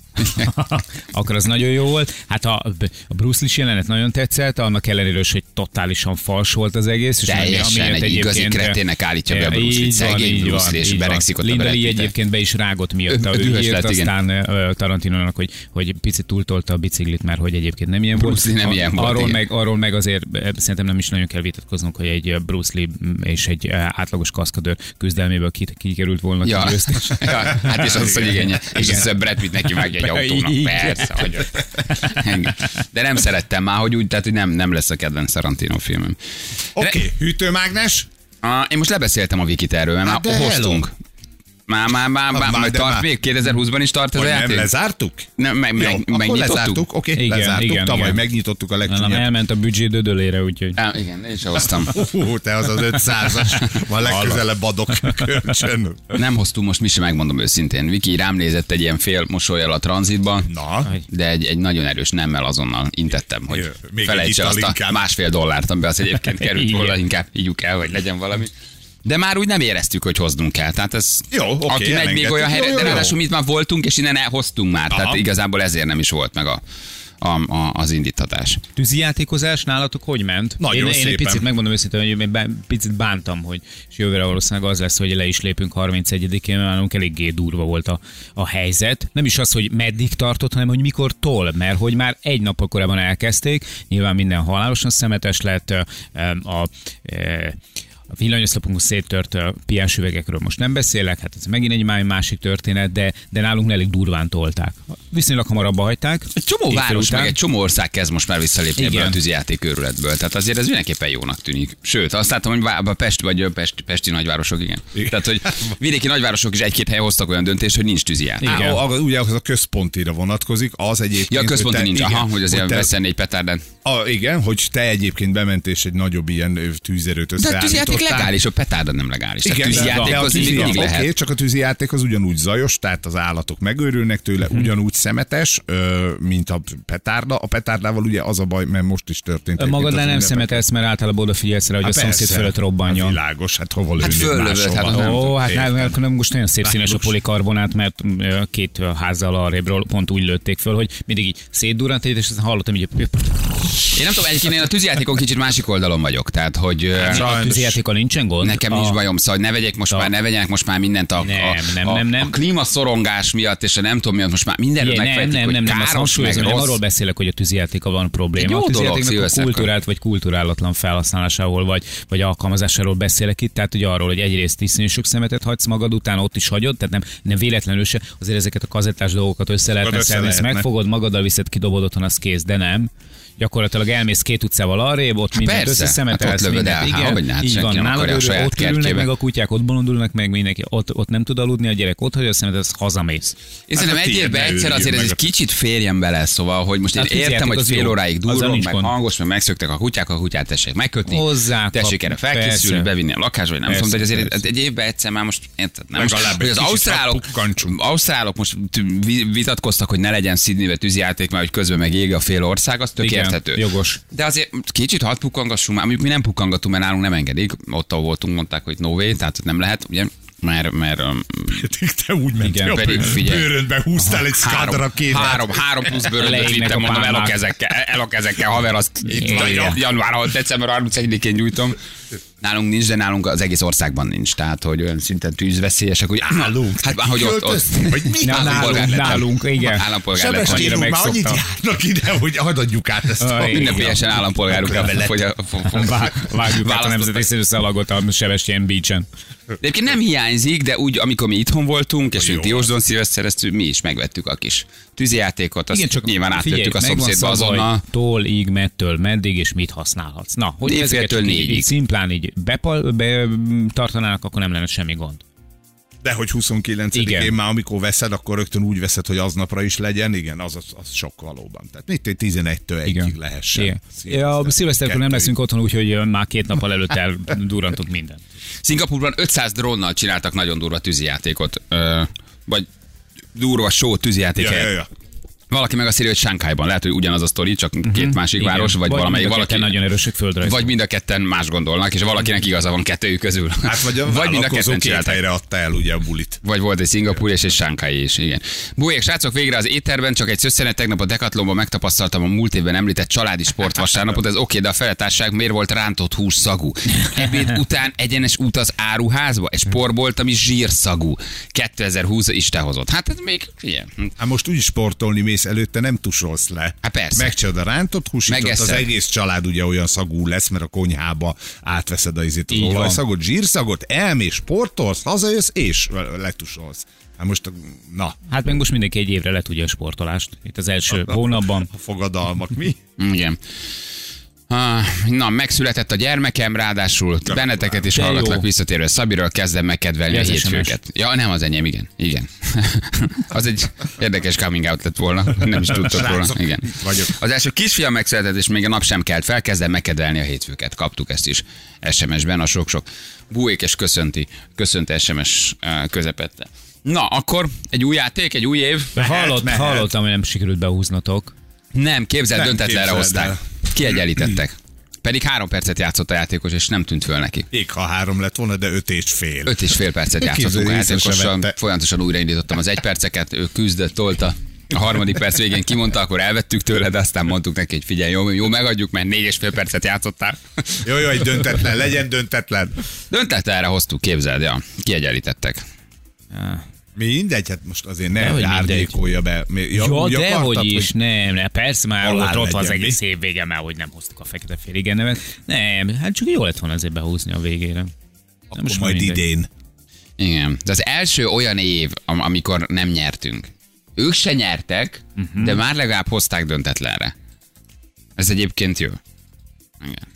Akkor az nagyon jó volt. Hát a, a Bruce Lee jelenet nagyon tetszett, annak ellenére, hogy totálisan fals volt az egész. És Teljesen amiért egy igazi egyébként- kreténnek állítja be a Bruce Lee-t. Így van, Szegény így Bruce van, Lee, és így van. beregszik ott a Linda Brad Lee Pittet. egyébként be is rágott miatt. Ő- Ő, ő ő dühös írt lett, igen. aztán ö, Tarantinónak, hogy, hogy picit túltolta a biciklit, mert hogy egyébként nem ilyen Bruce volt. Lee nem A- ilyen volt, arról igen. meg, arról meg azért eh, szerintem nem is nagyon kell vitatkoznunk, hogy egy eh, Bruce Lee és egy eh, átlagos kaszkadőr küzdelméből ki- kikerült volna Ja. kigyőztés. ja, hát és az, hogy igen, és Igen. az Brad Pitt neki vágja egy autónak. így. Persze, hogy... De nem szerettem már, hogy úgy, tehát hogy nem, nem lesz a kedvenc Tarantino filmem. Oké, okay, hűtőmágnes? Ah, én most lebeszéltem a Vikit erről, mert Hát már de hoztunk. Már, már, már, már, Már, már de tart már. még? kétezer-húszban is tart ez a Vagy játék? nem lezártuk? Nem, meg, Jó, meg, akkor megnyitottuk? lezártuk, oké, okay, Igen, lezártuk, igen, tavaly igen. megnyitottuk a Nálam legcsúnyabb. elment a büdzsé dödölére, úgyhogy... Á, igen, én sem hoztam. Hú, te az az ötszázas, van legközelebb adok kölcsön. Nem hoztunk most, mi sem megmondom őszintén. Viki rám nézett egy ilyen fél mosolyjal a tranzitba, Na, de egy, egy nagyon erős nemmel azonnal intettem, hogy Jö, még felejts el egy azt ital a inkább. másfél dollárt, amiben az egyébként került Igen. volna, inkább higgyük el, hogy legyen valami. De már úgy nem éreztük, hogy hoznunk kell. Tehát ez, Jó, oké, aki megy még elengedtük. olyan Jó, helyre, jó, de jó. ráadásul mi itt már voltunk, és innen elhoztunk már. Aha. Tehát igazából ezért nem is volt meg a, a, a, az indítatás. Tűzijátékozás nálatok hogy ment? Nagyon én, én egy szépen. picit megmondom őszintén, hogy én bá- picit bántam, hogy és jövőre valószínűleg az lesz, hogy le is lépünk harmincegyedikén, mert nálunk eléggé durva volt a, a helyzet. Nem is az, hogy meddig tartott, hanem hogy mikor tol, mert hogy már egy nappal korábban elkezdték, nyilván minden halálosan szemetes lett, a, a, a A villanyoszlopunkon széttört piás üvegekről most nem beszélek, hát ez megint egy másik történet, de, de nálunk elég durván tolták. Viszonylag hamarabb hagyták. Egy csomó Éjfél város, után. meg egy csomó ország kezd most már visszalépni ebből Igen. a tűzijáték őrületből. Tehát azért ez mindenképpen jónak tűnik. Sőt, azt látom, hogy Vá- a Pest vagy Pest, pesti nagyvárosok, igen. Igen. Tehát, hogy vidéki nagyvárosok is egy-két helyen hoztak olyan döntést, hogy nincs tűzijáték. Igen. Á, a, ugye az a központira vonatkozik, az egyébként... Ja, a központi hogy te- nincs, igen, aha, hogy azért te- veszel négy petárdán. A, igen, hogy te egyébként bementés egy nagyobb ilyen ö, tűzerőt De a tűzijáték összeállítottál. legális, a petárda nem legális. Tehát Igen, de tűzijáték a az tűzi- mindig Oké, lehet. csak a tűzijáték az ugyanúgy zajos, tehát az állatok megőrülnek tőle, Mhm. ugyanúgy szemetes, ö, mint a petárda. A petárdával ugye az a baj, mert most is történt. egyébként Magadnál az nem ünnepeken. szemetelsz, mert általában odafigyelsz rá, hogy Hát a szomszéd persze. fölött robbanjon. Hát világos, hát hova Hát lőnéd föllövöd, máshova? hát az nem Ó, hát Értem. nem, nem, most nagyon szép színes a Világos. polikarbonát, mert ö, két házzal arrébről pont úgy lőtték föl, hogy mindig így szétdurrant, és aztán hallottam így, hogy Én nem tudom, egyébként én a tűzijátékon kicsit másik oldalon vagyok. Tehát, hogy ö, a Sajnos. tűzijátékkal nincsen gond. nekem a... nincs bajom, szóval ne vegyek most a- már, ne vegyenek most már mindent a, Nem, a, nem, a, nem, nem. a klímaszorongás miatt, és a nem tudom miatt most már mindenről Igen, nem, megfejtik, nem, hogy nem, nem, azt káros, meg hangsúlyozom, nem rossz. arról beszélek, hogy a tűzijátéka van probléma. Egy jó A dolog, tűzijátéknak a szilveszterkor. kultúrált vagy kulturálatlan felhasználásáról vagy, vagy alkalmazásáról beszélek itt, tehát ugye arról, hogy egyrészt iszonyú sok szemetet hagysz magad után, ott is hagyod, tehát nem, nem véletlenül se, azért ezeket a kazettás dolgokat össze lehetne össze szedni, ezt lehetne. megfogod, magaddal viszed, kidobod otthon, az kész, de nem. Gyakorlatilag elmész két utcával arrébb, ott mindent persze, összeszemetelsz, hát ott lövöd mindent. el, há, Igen, hogy ne, hát így senki van, nem nálad akarja a őrül, saját ott ülnek kertjébe. meg a kutyák, ott bolondulnak meg mindenki, ott, ott nem tud aludni a gyerek, ott hagyja a szemetet, az hazamész. Én Hát szerintem a egy tiéd évben ne egyszer őrjön azért ez meg egy a- kicsit férjen bele, szóval, hogy most én Hát értem, tűzijáték hogy az fél jó. óráig Azzal durrog, nincs meg gond. hangos, meg megszöktek a kutyák, a kutyát tessék megkötni, Hozzá tessék kap- erre felkészülni, persze. bevinni a lakásba, vagy nem Persze, tudom, de azért persze. egy évben egyszer már most, érted, nem most, Legalább hogy egy az kicsit ausztrálok, megpukkantsunk. ausztrálok most tü- vi- vitatkoztak, hogy ne legyen Sydneybe tűzijáték, mert hogy közben meg ég a fél ország, az tök Igen, érthető. jogos. De azért kicsit hadd pukkangassunk már, mondjuk mi nem pukkangatunk, mert nálunk nem engedik, ott ahol voltunk, mondták, hogy no way, tehát nem lehet, ugye? Mert, mert um, Te úgy mentél, Igen, a pedig figyelj. bőrödbe húztál egy három, skádra két. három, három plusz bőröndöt Leégnek vittem, a mondom, el a pálmák. kezekkel, el a kezekkel, haver, azt itt van, jó. január, december harmincegyedikén gyújtom. Nálunk nincs, de nálunk az egész országban nincs. Tehát, hogy olyan szinten tűzveszélyesek, hogy Nálunk? Hát, hogy ott, ott Kiköltöztünk? Vagy mi? Na, állampolgár nálunk, lettem. nálunk, igen. Állampolgár lettem. Sebestyén annyira úr, már annyit megszoktam. járnak ide, hogy hadd adjuk át ezt a... Aj, igen. Ünnepélyesen állampolgáruk Akkor lett, lett. hogy a, Vág- Vágjuk át a nemzeti választottak. színű szalagot a Sebestyén Beach-en. De egyébként nem hiányzik, de úgy, amikor mi itthon voltunk, és Jó. mint Diósdon szilvesztereztük, mi is megvettük a kis tűzijátékot, azt Igen, csak nyilván figyelj, átvettük a megvan szomszédba szabva, hogy azonnal. Tól, íg, mettől, meddig, és mit használhatsz. Na, hogy Éjféltől ezeket csak így, négyig. így szimplán így bepal, be, tartanának, akkor nem lenne semmi gond. De hogy huszonkilencedikén Igen. már amikor veszed, akkor rögtön úgy veszed, hogy aznapra is legyen. Igen, az, az, az sok valóban. Tehát mit tizenegytől egyig lehessen. Igen. Ja, a szilveszterkor nem Kettőig. leszünk otthon, úgyhogy már két nappal előtt eldurrantott minden. Szingapurban ötszáz drónnal csináltak nagyon durva tűzijátékot. Ö, vagy durva show tűzijáték Ja, ja, helyett. ja. Valaki meg azt írja, hogy Sánkhájban. Lehet, hogy ugyanaz a sztori, csak két másik Igen. város, vagy, valamelyik mind a valaki. ketten nagyon erősök földrajzban. Vagy mind a ketten más gondolnak, és valakinek igaza van kettőjük közül. Hát vagy a vagy mind a vállalkozó ketten két csinálták. helyre adta el ugye a bulit. Vagy volt egy Szingapúr és egy Sánkhái is, igen. Bújék, srácok, végre az étterben, csak egy szösszenet, tegnap a Decathlonban megtapasztaltam a múlt évben említett családi sportvasárnapot, ez oké, de a feletárság miért volt rántott hús szagú? Ebéd után egyenes út az áruházba, egy sportbolt, ami zsírszagú. kétezer-húsz Isten hozott. Hát ez még, ilyen. Hát most úgy sportolni mész előtte, nem tusolsz le. Hát persze. Megcsinálod a rántott húsítot, az Megeszed. egész család ugye olyan szagú lesz, mert a konyhába átveszed az, izét, az Így van. olajszagot, zsírszagot, elmész, sportolsz, hazajössz és letusolsz. Hát most, na. Hát meg most mindenki egy évre le tudja a sportolást. Itt az első hónapban. A fogadalmak mi? Igen. Ah, na, megszületett a gyermekem, ráadásul benneteket is De hallgatlak jó. visszatérve. Szabiről kezdem megkedvelni a Ez hétfőket. Ja, nem az enyém, igen. Igen. Az egy érdekes coming out lett volna. Nem is tudtok róla. Srácok, Igen. vagyok. Az első kisfiam megszületett, és még a nap sem kelt fel, kezdem megkedvelni a hétfőket. Kaptuk ezt is es em es-ben a sok-sok buékes köszönti, köszönti es em es eh, közepette. Na, akkor egy új játék, egy új év. Hallott, mehet. hallottam, hogy nem sikerült behúznatok. Nem, képzeld, Nem döntetlenre képzeld hozták. el. Kiegyenlítettek. Pedig három percet játszott a játékos, és nem tűnt föl neki. Ég, ha három lett volna, de öt és fél. Öt és fél percet játszottunk a Képzeld, észre se játékossal, vette. folyamatosan újraindítottam az egy perceket, ő küzdött, tolta. A harmadik perc végén kimondta, akkor elvettük tőle, de aztán mondtuk neki, hogy figyelj, jó, jó megadjuk, mert négy és fél percet játszottál. Jó, jó, egy döntetlen, legyen döntetlen. Döntetlenre hoztuk, képzeld, ja. Kiegyenlítettek. Mindegy, hát most azért ne Dehogy árnyékolja be. Mi- Ja, Ja, úgy dehogy akartad, is, hogy- nem, nem, persze már Halál ott, ott van az legyen, egész mi? év vége, már hogy nem hoztuk a fekete féligen nevet. Nem, hát csak jó lett volna azért behúzni a végére. Akkor most majd mindegy. idén. Igen. De az első olyan év, am- amikor nem nyertünk. Ők se nyertek, uh-huh. de már legalább hozták döntetlenre. Ez egyébként jó. Igen.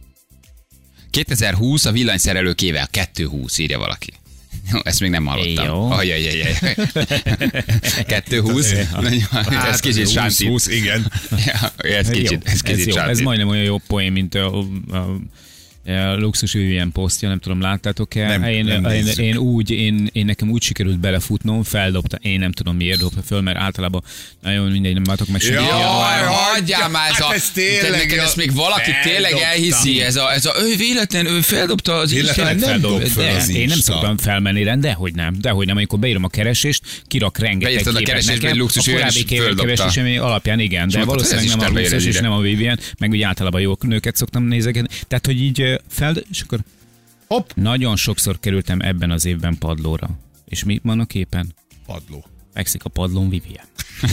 kétezer-húsz a villanyszerelők éve, a kétezer-húsz, írja valaki. Jó, ezt még nem hallottam. Jó. Ajajajaj. kétezer-húsz. Hát, Ez kicsit húsz, sántít. húsz, igen. Ja, ez Ez, jó, kicsit, ez ez, kicsit jó. ez sántít. majdnem olyan jó poén, mint a, a, a, a Luxus Vivien posztja, nem tudom, láttátok-e? Nem, én, nem én, nézzük. én, úgy, én, én nekem úgy sikerült belefutnom, feldobta, én nem tudom miért dobta föl, mert általában nagyon mindegy, nem látok meg Jaj, senki. Jaj, hagyjál már, ez, Hát a, ez tényleg neked a- ezt még valaki tényleg feldobta. elhiszi, ez a, ez a ő véletlen, ő feldobta az Véletlen Isten. nem Feldob- dob föl de, az én nem Insta. szoktam felmenni rá, dehogy nem, dehogy nem. Amikor beírom a keresést, kirak rengeteg Beírtad a képet keresésbe, nekem. egy Luxus a Vivien, korábbi és képek földobta. keresésem alapján igen, de mondtad, valószínűleg ez nem a Isten Luxus és beírja nem a Vivien, meg úgy általában jó nőket szoktam nézegetni. Tehát, hogy így ö, fel, és akkor Hopp, nagyon sokszor kerültem ebben az évben padlóra. És mit van a képen? padló. Fekszik a padlón Vivien.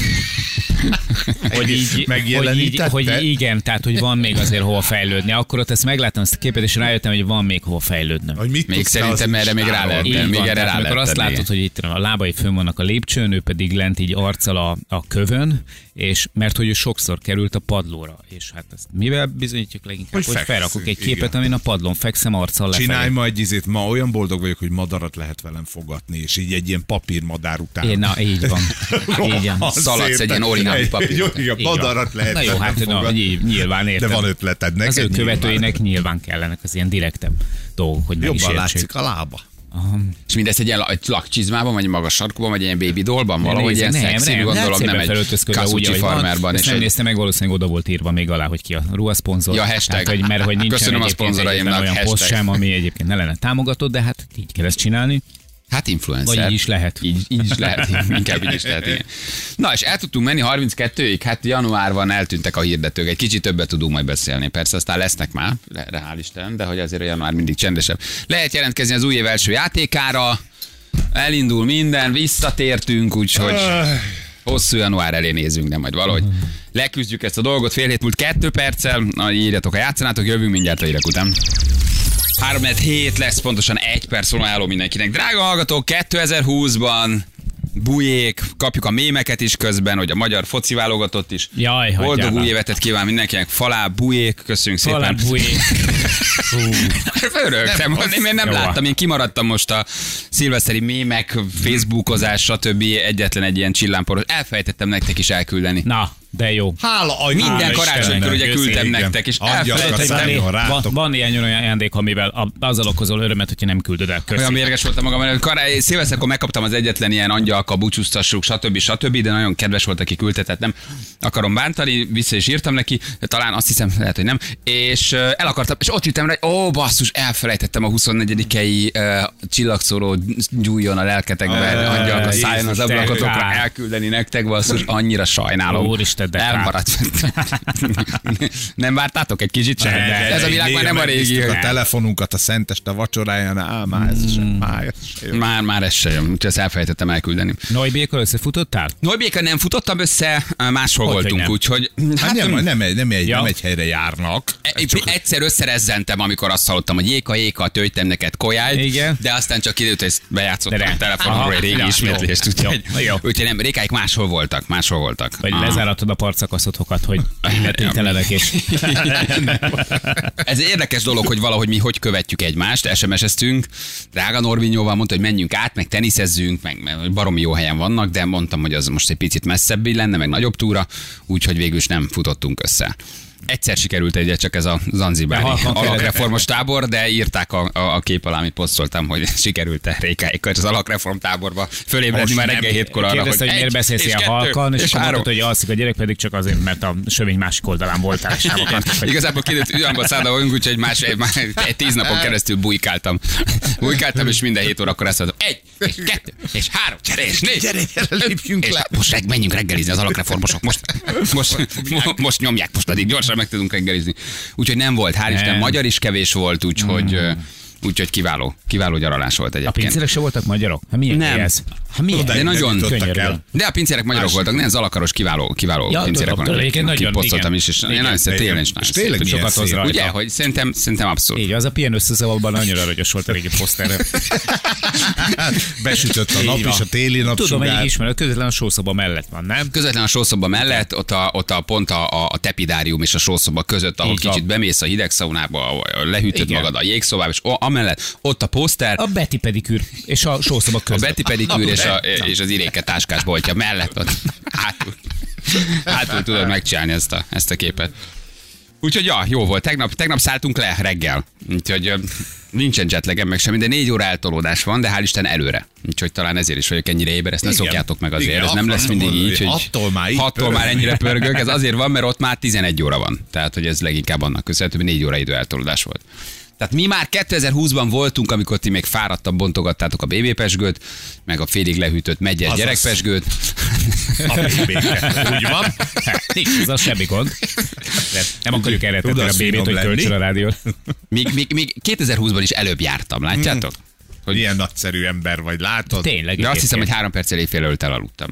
hogy így, hogy, így, Megjelenítette? hogy igen, tehát hogy van még azért hova fejlődni. Akkor ott ezt megláttam, ezt a képet, és rájöttem, hogy van még hova fejlődnöm. Hogy mit Még tudsz te szerintem az erre még rá Instáról? lehet Így tenni, még van, erre tehát rá amikor lehet azt tenni, látod, hogy itt a lábai fönn vannak a lépcsőn, ő pedig lent így arccal a, a kövön, és mert hogy ő sokszor került a padlóra, és hát ezt mivel bizonyítjuk leginkább, Hogy hogy, hogy fekszik, felrakok egy igen. képet, amin a padlón fekszem arccal lefelé. Csinálj ma egy izét, ma olyan boldog vagyok, hogy madarat lehet velem fogatni, és így egy ilyen papírmadár után. Én, na, így van. Így van. Rohadt Szaladsz szépen. egy ilyen origami Egy- papír Jó, után. igen, Így van. madarat lehet Na jó, velem hát na, fogatni. ny- nyilván értem. De van ötleted neked. Az ő nyilván. követőinek nyilván kellenek az ilyen direktebb dolgok, hogy meg is Jobban értsék. látszik a lába. És mindezt egy ilyen la- egy lakcsizmában, vagy egy magas sarkúban, vagy egy ilyen baby dollban, valahogy ilyen nem, szexi, nem, gondolom, hát nem szépen egy felöltözködve úgy, Kasucci ahogy van. farmerban. Ezt És nem egy... néztem meg, valószínűleg oda volt írva még alá, hogy ki a ruhaszponzor. Ja, hashtag. Tehát, hogy, mert hogy nincsen Köszönöm a egyébként szponzoraimnak, egyetlen olyan poszt hashtag. sem, ami egyébként ne lenne támogatott, de hát így kell ezt csinálni. Hát influencer. Vagy így is lehet. Így, így is lehet, inkább így is lehet, igen. Na, és el tudtunk menni harminckettőig, hát januárban eltűntek a hirdetők, egy kicsit többet tudunk majd beszélni. Persze aztán lesznek már, le- hál' Isten, de hogy azért a január mindig csendesebb. Lehet jelentkezni az új év első játékára, elindul minden, visszatértünk, úgyhogy hosszú január elé nézünk, de majd valahogy leküzdjük ezt a dolgot. Fél hét múlt kettő perccel, na, írjatok, ha játszanátok, jövünk mindjárt a hírek után. három hét lesz, pontosan egy perc volna álló mindenkinek. Drága hallgatók, kétezer-húszban bujék, kapjuk a mémeket is közben, hogy a magyar foci válogatott is. Jaj, Boldog hagyjál új már. évetet kíván mindenkinek. Falá, bujék, köszönjük szépen. Talán bujé. Örögtem, Nem, én még nem jó. láttam, én kimaradtam most a szilveszteri mémek, facebookozás, stb. Egyetlen egy ilyen csillámporos. Elfelejtettem nektek is elküldeni. Na, de jó. Hála a Minden Hála karácsonykor Istennek. ugye küldtem Igen. nektek, és Adjak a elfelejtettem. szálljon van, rátok. van ilyen olyan ajándék, amivel a, azzal okozol örömet, hogyha nem küldöd el. Köszi. Olyan mérges voltam magam, mert kará- szilveszterkor megkaptam az egyetlen ilyen angyalka, búcsúztassuk, stb. stb. De nagyon kedves volt, aki küldte, tehát nem akarom bántani, vissza is írtam neki, talán azt hiszem, lehet, hogy nem, és uh, el akartam, és ott jöttem rá, hogy ó, basszus, elfelejtettem a huszonnegyedikei uh, csillagszóró gyújjon a lelketekbe, Ah, angyalka Jézus, szálljon az te ablakotokra, kár. elküldeni nektek, basszus, annyira sajnálom. Úristen, de kár. elmaradt. Nem vártátok egy kicsit sem? De, de, Ez a világ már nem a régi. megnéztük a telefonunkat a szenteste vacsoráján, á, már ez sem, már ez sem. Már, már ez se jön, úgyhogy ezt elfelejtettem elküldeni. Noibékkal összefutottál? Norbéka nem futottam össze, máshol Hogy, hogy voltunk, nem? úgyhogy Hát nem, nem, egy, nem, egy, Ja. nem egy helyre járnak. Ez Csak... csak Egyszer összerezze rezzentem, amikor azt hallottam, hogy jéka, jéka, töltem neked kolyájt, Igen. de aztán csak kiderült, hogy ezt bejátszottam De a telefonomról egy régi ja, ismétlést. jó. Úgyhogy, Jó, jó. úgyhogy nem, Rékáik máshol voltak, máshol voltak. Vagy Ah. lezáratod a partszakaszotokat, hogy illetételenek és... Ez érdekes dolog, hogy valahogy mi hogy követjük egymást, es em es-eztünk. Drága Norvinyóval mondta, hogy menjünk át, meg teniszezzünk, meg meg baromi jó helyen vannak, de mondtam, hogy az most egy picit messzebb lenne, meg nagyobb túra, úgyhogy végül is nem futottunk össze. Egyszer sikerült egyet csak ez a zanzibári De halkan alakreformos tábor, de írták a, a, a kép alá, amit posztoltam, hogy sikerült-e Rékáikkal az alakreform táborba fölébredni már reggel hétkor arra, Kérdezte, hogy egy, miért beszélsz és ilyen kettő, halkan, és, és akkor három. mondtad, hogy alszik a gyerek, pedig csak azért, mert a sövény másik oldalán voltál, és nem akart. hogy- Igazából kiderült, hogy ambasszádban vagyunk, úgyhogy más, más, egy tíz napon keresztül bujkáltam. Bujkáltam, és minden hét órakor ezt mondtam, egy, és kettő, és három, és négy. Gyere, gyere, lépjünk És le. most reg, menjünk reggelizni az alakreformosok. Most, most, most, most nyomják, most addig gyorsan meg tudunk reggelizni. Úgyhogy nem volt, hál' Isten, Nem. magyar is kevés volt, úgyhogy, mm. úgyhogy kiváló, kiváló gyaralás volt A egyébként. pincérek se voltak magyarok? Hát milyen Nem. ez? Hát milyen? Oda De nagyon jutottak könyörgöm. el. De a pincérek magyarok Más voltak, nem, az alakaros kiváló, kiváló Ja, pincérek tudom, vannak. egyébként nagyon, Kiposztoltam igen. is, és Igen. én nagyon szeretem, tényleg is És nagyon tényleg szép. milyen sokat hoz szép. rajta. Ugye, hogy szerintem, szerintem abszolút. Így, az a pihen összeszavalban annyira aranyos volt a régi poszterre. Besütött a Így nap van. és a téli Tudom, napsugár. hogy ismerem, közvetlen a sószoba mellett van, nem? Közvetlen a sószoba mellett, ott a, ott a pont a, a, a tepidárium és a sószoba között, ahol Így van. kicsit bemész a hideg szaunába, lehűtöd Igen. magad a jégszobába, és o- amellett ott a poszter, A Betty pedikűr és a sószoba a között. Betty pedikűr és, a, és az Iréke táskás boltja mellett ott hátul, hátul tudod megcsinálni ezt a, ezt a képet. Úgyhogy ja, jó volt. Tegnap, tegnap szálltunk le reggel. Úgyhogy ö, nincsen jetlegem meg semmi, de négy óra eltolódás van, de hál' Isten előre. Úgyhogy talán ezért is vagyok ennyire éber, ezt ne Igen. szokjátok meg azért. Igen, Ez nem lesz akartam mindig mondani, így, hogy hattól már így hattól már pörög. ennyire pörgök. Ez azért van, mert ott már tizenegy óra van. Tehát, hogy ez leginkább annak köszönhető, hogy négy óra idő eltolódás volt. Tehát mi már kétezer-húszban voltunk, amikor ti még fáradtan bontogattátok a bé bé pesgőt, meg a félig lehűtött megyes Azaz. gyerekpesgőt. A bébéke. Úgy van. Nincs, ez az semmi gond. De nem akarjuk erre tenni Tud a az bébét, finom hogy lenni? töltsön a rádiót. Még, még, még kétezer-húszban is előbb jártam, látjátok? Hogy ilyen nagyszerű ember vagy, látod? Tényleg. De azt hiszem, hogy egyébként. három perccel éjfél előtt elaludtam.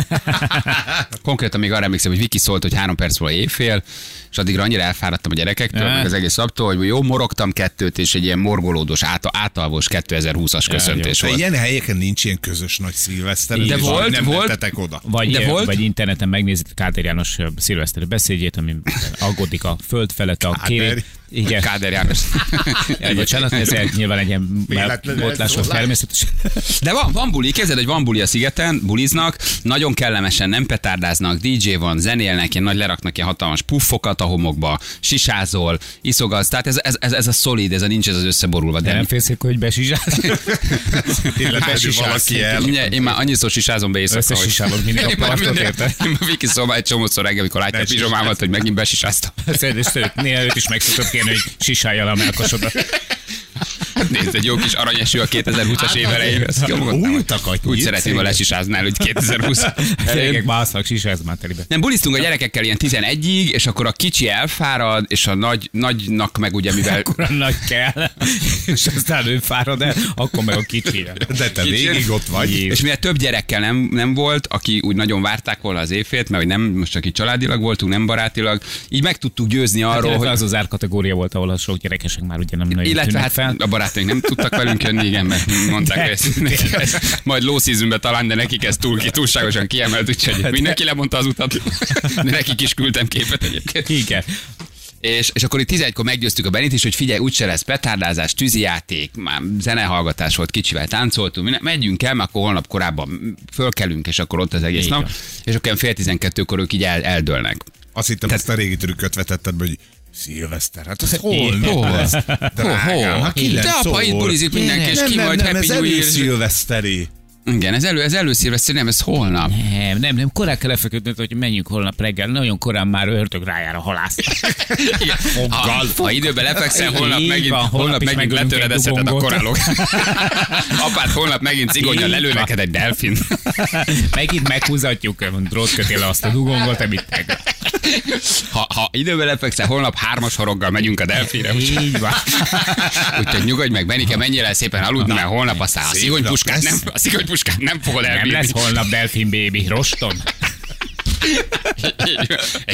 Konkrétan még arra emlékszem, hogy Viki szólt, hogy három perc múlva éjfél, és addigra annyira elfáradtam a gyerekektől, Ne. meg az egész naptól, hogy jó, morogtam kettőt, és egy ilyen morgolódós, át, átalvos kétezer-húszas köszöntés De volt. ilyen helyeken nincs ilyen közös nagy szilveszter. De és volt, nem volt. mentetek oda. Vagy, De De volt? vagy interneten megnézed Káder János ö, szilveszteri beszédjét, ami aggódik a föld felett a Káder. kéré. Igen. Káder János. Egy bocsánat, ez egy- nyilván egy ilyen Véletlenül botlás volt elszólás. természetes. De van, van buli, képzeld, hogy van buli a szigeten, buliznak, nagyon kellemesen, nem petárdáznak, dé dzsé van, zenélnek, ilyen nagy leraknak ilyen hatalmas puffokat a homokba, sisázol, iszogatsz, tehát ez, ez, ez, ez a szolid, ez a nincs ez az összeborulva. De De nem félsz, hogy besizsálsz? Illetve valaki el. Ugye, én már annyiszor sisázom be éjszaka, hogy... Összesisálod mindig a Én már partot, minden- érted? Én már Viki szóval egy csomószor reggel, amikor látja a Ne pizsomámat, hogy megint besisáztam. Szerintem néha őt is meg tudod kérni, hogy sisálja le a melkosodat. Nézd, egy jó kis aranyeső a kétezer-húszas év elején. Ezt jól mondtam, Úgy hogy takadj, Úgy nyit szeretném, ha szépen. lesisáznál, hogy kétezer-húsz Gyerekek elején. másznak, sisáz már telibe. Nem, buliztunk a gyerekekkel ilyen tizenegyig, és akkor a kicsi elfárad, és a nagy, nagynak meg ugye, mivel... Akkor a nagy kell, és aztán ő fárad el, akkor meg a kicsi. De te Kicsi. végig ott vagy. És mivel több gyerekkel nem, nem volt, aki úgy nagyon várták volna az éjfélt, mert hogy nem, most csak így családilag voltunk, nem barátilag, így meg tudtuk győzni arról, Arról, hogy... az az árkategória volt, ahol a sok gyerekesek már ugye nem nagyon Illetve tűnnek hát fel. a barátaink nem tudtak velünk jönni, igen, mert mondták, hogy ez, neki ez, majd lószízünkbe talán, de nekik ez túl, túlságosan kiemelt, úgyhogy mindenki lemondta az utat, de nekik is küldtem képet egyébként. Igen. És, és akkor itt tizenegykor meggyőztük a Benit is, hogy figyelj, úgyse lesz petárdázás, tűzijáték, már zenehallgatás volt, kicsivel táncoltunk, minden- megyünk el, mert akkor holnap korábban fölkelünk, és akkor ott az egész Így nap, van. és akkor fél tizenkettőkor ők így el, eldőlnek. Azt hittem, ezt a régi trükköt vetetted be, hogy szilveszter, hát az hol? Igen. Hol? Drágám, hát kilenc De apa itt óra. bulizik mindenki, és Nem, ki nem, majd nem, Happy ez New Year. előszilveszteri. Igen, ez elő, ez előszilveszter, nem, ez holnap. Nem, nem, nem, korán kell lefeküdnöd, hogy menjünk holnap reggel, nagyon korán már ördög rájár a halász. Igen. Ha, ha időben lefekszel, holnap Így megint, van, holnap holnap is megint megölünk egy letöredezheted a dugongot. korálok. Apád holnap megint cigonya Így lelő van. neked egy delfin. Megint meghúzatjuk, drótkötél azt a dugongot, amit meg. Ha, ha időben lefekszel, holnap hármas horoggal megyünk a delfinre. Úgyhogy, Így van. úgyhogy nyugodj meg, Benike, menjél el szépen aludni, mert holnap aztán a Szép szigonypuskát nap nem, lesz. a szigonypuskát nem fogod Nem elbírni. lesz holnap delfin baby, roston. Egy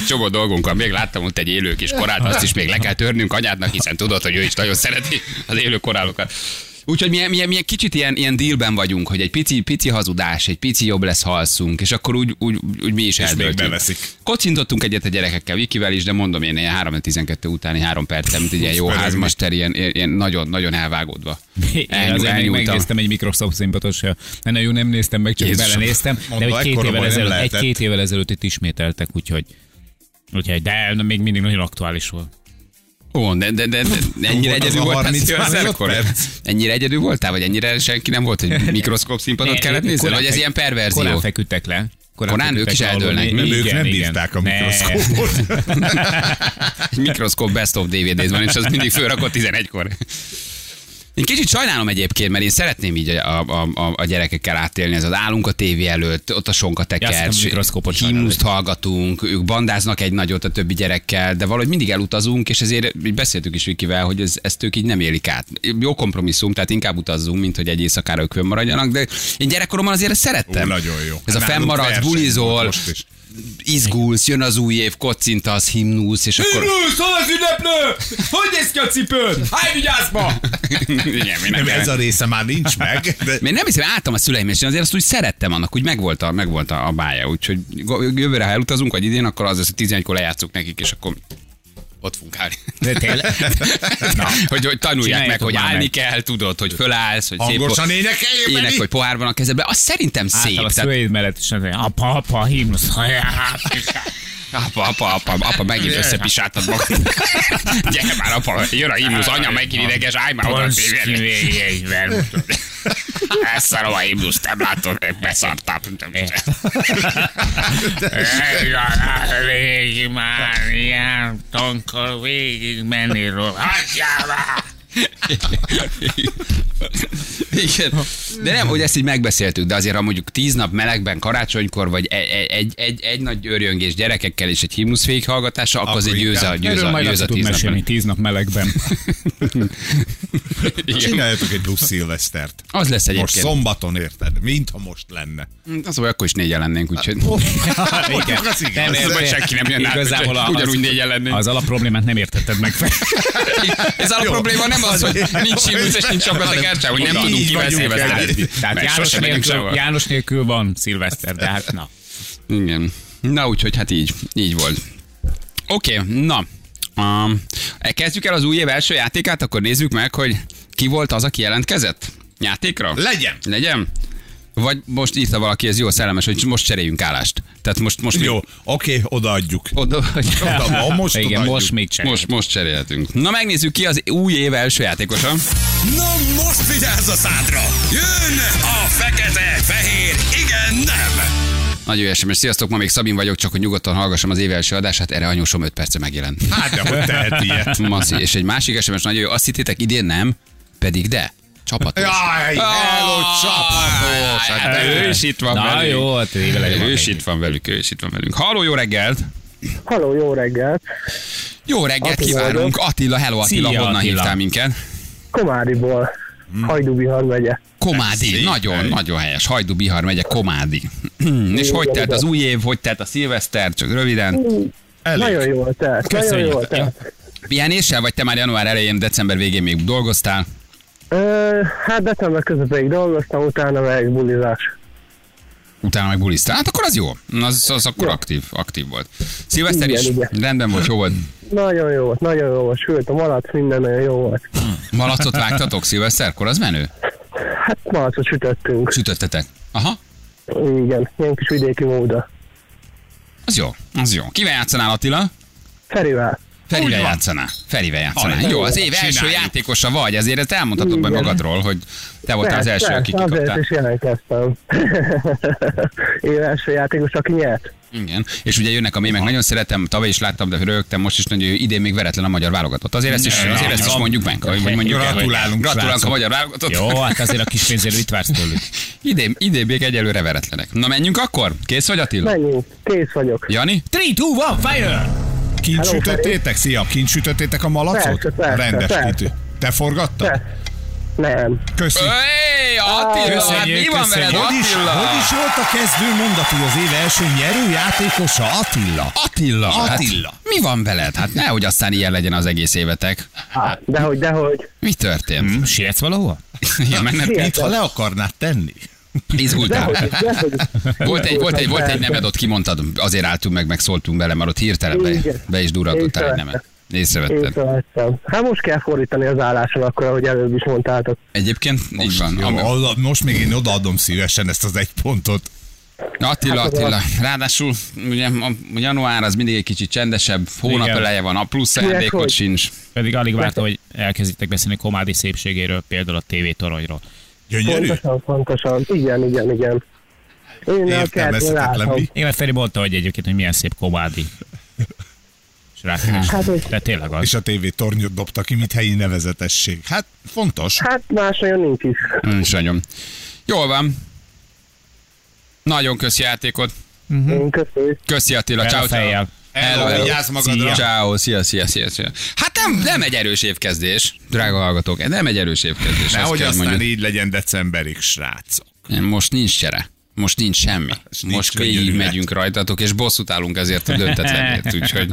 csomó dolgunk van. Még láttam ott egy élő kis korált, azt is még le kell törnünk anyádnak, hiszen tudod, hogy ő is nagyon szereti az élő korálokat. Úgyhogy milyen, milyen, milyen kicsit ilyen, ilyen dealben vagyunk, hogy egy pici, pici hazudás, egy pici jobb lesz, ha alszunk, és akkor úgy, úgy, úgy mi is eldöltünk. Kocintottunk egyet a gyerekekkel, Vikivel is, de mondom én ilyen három tizenkettő utáni három percem, mint egy ilyen jó házmester, ilyen, ilyen nagyon, nagyon elvágódva. Én Elnyúl, azért még megnéztem egy Microsoft színpatos, nagyon jó, nem néztem meg, csak Jézus, belenéztem, de egy két, évvel ezelőtt, egy két évvel ezelőtt itt ismételtek, úgyhogy, úgyhogy de még mindig nagyon aktuális volt. Ó, de, de, de, de ennyire egyedül voltál? Ennyire egyedül voltál, vagy ennyire senki nem volt, hogy mikroszkóp színpadot kellett nézni? Vagy ez ilyen perverzió? Korán feküdtek le. Korán, korán ők is eldőlnek. Mert ők nem bírták a mikroszkópot. Egy mikroszkóp best of dé vé dé van, és az mindig fölrakott tizenegykor. Én kicsit sajnálom egyébként, mert én szeretném így a, a, a, a gyerekekkel átélni, ez az állunk a tévé előtt, ott a sonka teker, himnuszt hallgatunk, ők bandáznak egy nagyot a többi gyerekkel, de valahogy mindig elutazunk, és ezért beszéltük is Vikivel, hogy ez, ezt ők így nem élik át. Jó kompromisszum, tehát inkább utazzunk, mint hogy egy éjszakára ők fönnmaradjanak, de én gyerekkoromban azért ezt szerettem. Ó, nagyon jó. Ez a fennmaradsz, bulizol, izgulsz, jön az új év, kocintasz, himnusz, és akkor... Himnusz, hol az ünneplő? Hogy néz ki a cipőd? Hány vigyázba! Igen, nem, ez a része már nincs meg. De... Én nem hiszem, álltam a szüleim, és én azért azt úgy szerettem annak, úgy megvolt a, megvolt a bája, úgyhogy jövőre, ha elutazunk, vagy idén, akkor az lesz, hogy tizenegykor lejátszuk nekik, és akkor ott fogunk állni. De tényleg? Na, hogy, hogy tanulják meg, hogy állni meg. Kell, tudod, hogy fölállsz, hogy hangosan szép, énekeljél, ének, hogy pohárban a kezedben, azt szerintem szép. Által a szüleid mellett is, apa, apa, himnusz, Apa, apa, apa, apa, megint összepisáltad magad. Gyere már, apa, jön a himnusz, anya megint ideges, állj már oda a tévére. Elszarom a himnuszt, nem látod, beszartam. Végig már ilyen tonkol, végig menni róla. Hagyjál már! Igen. De nem, hogy ezt így megbeszéltük, de azért ha mondjuk tíz nap melegben, karácsonykor, vagy egy, egy, egy, egy nagy örjöngés gyerekekkel és egy himnusz végighallgatása, akkor azért győz a, győz a, győz a tíz napban. tíz nap melegben. Csináljatok egy plusz szilvesztert. Az lesz egyébként. Most szombaton, érted? Mintha most lenne. Az, hogy akkor is négyen lennénk, úgyhogy... Igen. Nem, nem, senki nem jön át, ugyanúgy négyen lennénk. Az alapproblémát nem értetted meg fel. Ez alapprobléma nem az, hogy nincs himnusz és nincs ablatekercsá, hogy nem tudunk kivel szilveszterezni. Tehát János nélkül, János nélkül van szilveszter, de hát na. Igen. Na úgyhogy hát így, így volt. Oké, okay, na. Um, kezdjük el az új év első játékát, akkor nézzük meg, hogy ki volt az, aki jelentkezett játékra? Legyen! Legyen? Vagy most írta valaki, ez jó szellemes, hogy most cseréljünk állást. Tehát most, most jó, oké, okay, odaadjuk. Oda, oda, most igen, odaadjuk. most még cserélhetünk. Most, most cserélhetünk. Na megnézzük ki az új év első játékosa. Na most vigyázz a szádra! Jön a fekete, fehér, igen, nem! Nagyon jó es em es. Sziasztok, ma még Szabin vagyok, csak hogy nyugodtan hallgassam az év első adását, erre anyósom öt perce megjelent. Hát de hogy tehet ilyet? Maszi. És egy másik es em es nagyon jó, azt hittétek idén nem, pedig de. Csapatos. Jaj, hello, csapatos. Hát ő is itt van Na, velünk. jó, hát ő is itt van velük, ő is itt van velünk. Halló, jó reggelt! Halló, jó reggelt! Jó reggelt Attila kívánunk! Attila, hello Attila, Szia, honnan Attila. hívtál minket? Komádiból, hmm. Hajdú-Bihar megye. Komádi, Szép nagyon, hely. nagyon helyes. Hajdú-Bihar megye, Komádi. És hogy telt az új év, hogy telt a szilveszter, csak röviden? Elég. Nagyon jól telt, nagyon Köszönjük. jól telt. Pihenéssel, vagy te már január elején, december végén még dolgoztál? Ö, hát december közepéig dolgoztam, utána meg bulizás. Utána meg bulisztál. Hát akkor az jó. Az, az akkor Jó. aktív, aktív volt. Szilveszter Igen, is igen. rendben volt, jó volt. Nagyon jó volt, nagyon jó volt, sült a malac, minden nagyon jó volt. Malacot vágtatok szilveszterkor, az menő? Hát malacot sütöttünk, Sütöttetek. Aha, igen, ilyen kis vidéki móda. az jó, az jó. Kivel játszanál, Attila? Ferivel. Ferivel Úgy van. játszanál. Ferivel játszanál. Hallj, Jó, az év első csináljuk. játékosa vagy, ezért ezt elmondhatod be Igen. magadról, hogy te voltál az Persze, első, aki persze, azért kikaptál. is jelentkeztem. Év első játékos, aki nyert. Igen. És ugye jönnek a mémek, nagyon szeretem, tavaly is láttam, de rögtem most is nagyon jó, idén még veretlen a magyar válogatott. Azért ezt is, azért ezt is mondjuk meg, hogy mondjuk el, hogy Gratulálunk, gratulálunk a srácok. magyar válogatott. Jó, hát azért a kis pénzért mit vársz tőlük? Idén, idén még egyelőre veretlenek. Na menjünk akkor? Kész vagy, Attila? Menjünk, kész vagyok. Jani? három, kettő, egy, fire! Kint Hello, sütöttétek? Szia, kint sütöttétek a malacot? Persze, persze, Rendes persze. kitű. Te forgattad? Te. Nem. Köszi. Hey, Attila, hát mi van veled, Hogy is, Attila? hogy is volt a kezdő mondat, hogy az év első nyerőjátékosa Attila? Attila, Attila. Hát, mi van veled? Hát nehogy aztán ilyen legyen az egész évetek. Á, dehogy, dehogy. Mi történt? Hm, sietsz valahol? Ja, mert nem Itt, ha le akarnád tenni? izgultál. Dehogy, dehogy. Volt egy, volt, egy, volt egy nemed, ott kimondtad, azért álltunk meg, meg szóltunk bele, mert ott hirtelen be, Igen. be is durrantottál egy nemet. Észrevetted. Észrevettem. Hát most kell fordítani az álláson akkor, ahogy előbb is mondtátok. Egyébként így van. Jó, Ami- az- most még én odaadom szívesen ezt az egy pontot. Attila, Hát, Attila. Ráadásul ugye a január az mindig egy kicsit csendesebb, hónap Igen. eleje van, a plusz ajándékot hogy? sincs. Pedig alig vártam, hogy elkezditek beszélni Komádi szépségéről, például a tévétoronyról. Gyönyörű? Pontosan, pontosan. Igen, igen, igen. Én a kertben Értelmezhetetlen látom. mi? Igen, mert Feri mondta, hogy egyébként, hogy milyen szép Komádi. És rákeres. Hát, hogy- De tényleg az. És a tévé tornyot dobta ki, mint helyi nevezetesség. Hát fontos. Hát más olyan nincs is. Nincs nagyon. Jól van. Nagyon köszi játékot. Én köszönöm. Köszi Attila, El a ciao, ciao. fejjel. Hello, vigyázz magadra. Ciao, szia, szia, szia, szia. Hát nem, nem egy erős évkezdés, drága hallgatók, nem egy erős évkezdés. azt Nehogy kell aztán mondjuk. így legyen decemberig, srácok. Most nincs csere. Most nincs semmi. nincs Most végig könyörület. megyünk rajtatok, és bosszút állunk ezért a döntetlenért, úgyhogy...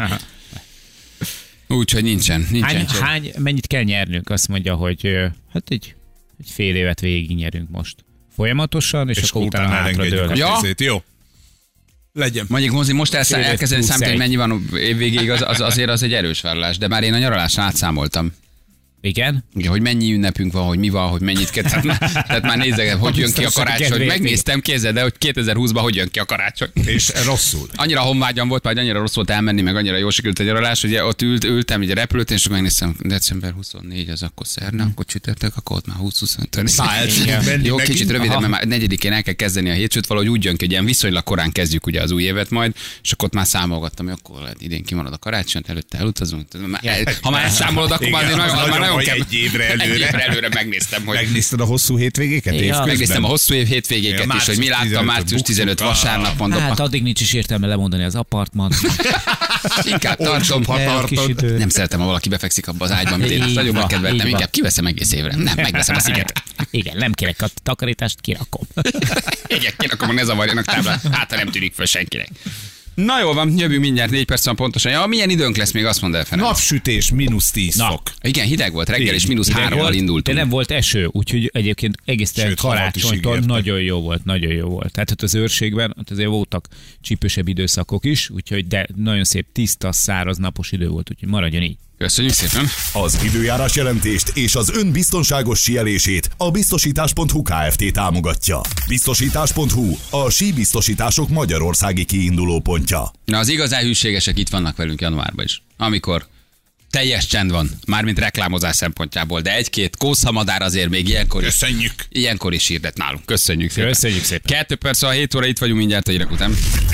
Úgyhogy nincsen, nincsen Hány, csere. hány, mennyit kell nyernünk? Azt mondja, hogy ö, hát egy, egy fél évet végig nyerünk most. Folyamatosan, és, És akkor utána hátra elengedjük dőlnek. a Ja. kezét, jó? Legyen. Mondjuk Mozi, most elszám, Fél év elkezdeni plusz számítani, hogy egy. mennyi van évvégéig, az, az, azért az egy erős vállalás. De már én a nyaraláson átszámoltam. Igen? Igen, hogy mennyi ünnepünk van, hogy mi van, hogy mennyit kell. Tehát már, tehát már nézzek, hogy jön ki a biztonság karácsony. kedvéért. Megnéztem, kézzel, de hogy kétezer-húszban hogy jön ki a karácsony. És rosszul. Annyira honvágyam volt, vagy annyira rossz volt elmenni, meg annyira jó sikerült a nyaralás, hogy ott ült, ültem így a repülőtén, és akkor megnéztem, december huszonnégy, az akkor szerda, akkor csütörtök, akkor ott már húsz-huszonöt. Na, el tudjuk menni Jó, megint? kicsit röviden, Aha. mert már negyedikén el kell kezdeni a hétsőt, valahogy úgy jön ki, hogy ilyen viszonylag korán kezdjük ugye az új évet majd, és akkor ott már számolgattam, hogy akkor lehet idén kimarad a karácsony, előtte elutazunk. Ha már ezt számolod, akkor már Igen, azért az nagyon, már nagyon nagyon baj, kell. egy évre Egy előre. évre előre megnéztem, hogy Megnézted a hosszú hétvégéket? Ja, évközben? megnéztem a hosszú év hétvégéket Ja, is, hogy mi március láttam március tizenöt buktuk. vasárnap, mondom, Hát addig nincs is értelme lemondani az apartman. inkább tartom. Olcsóbb, ha El, kis tartod. idő. Nem szeretem, ha valaki befekszik abba az ágyban, mint én azt Így nagyon van, megkedveltem, így van. inkább kiveszem egész évre. Nem, megveszem a szigetet. Igen, nem kérek a takarítást, kirakom. Igen, kirakom, ne zavarjanak táblát. Hát, ha nem tűnik föl senkinek. Na jól van, jövünk mindjárt, négy perc van pontosan. Ja, milyen időnk lesz még, azt mondd el, Ferenc. Napsütés, mínusz tíz Na. fok. Igen, hideg volt reggel, és mínusz Hideg hárommal volt, indultunk. De nem volt eső, úgyhogy egyébként egészen Sőt, havat is karácsonytól ígértek. nagyon jó volt, nagyon jó volt. Tehát ott az őrségben ott azért voltak csípősebb időszakok is, úgyhogy de nagyon szép, tiszta, száraz, napos idő volt, úgyhogy maradjon így. Köszönjük szépen. Az időjárás jelentést és az ön biztonságos síelését a biztosítás pont hu Kft. Támogatja. biztosítás pont hu, a síbiztosítások magyarországi kiinduló pontja. Na, az igazán hűségesek itt vannak velünk januárban is. Amikor teljes csend van, mármint reklámozás szempontjából, de egy-két kószamadár azért még ilyenkor is, Köszönjük. ilyenkor is hirdet nálunk. Köszönjük szépen. Köszönjük szépen. Kettő perc, a hét óra itt vagyunk mindjárt a hírek után.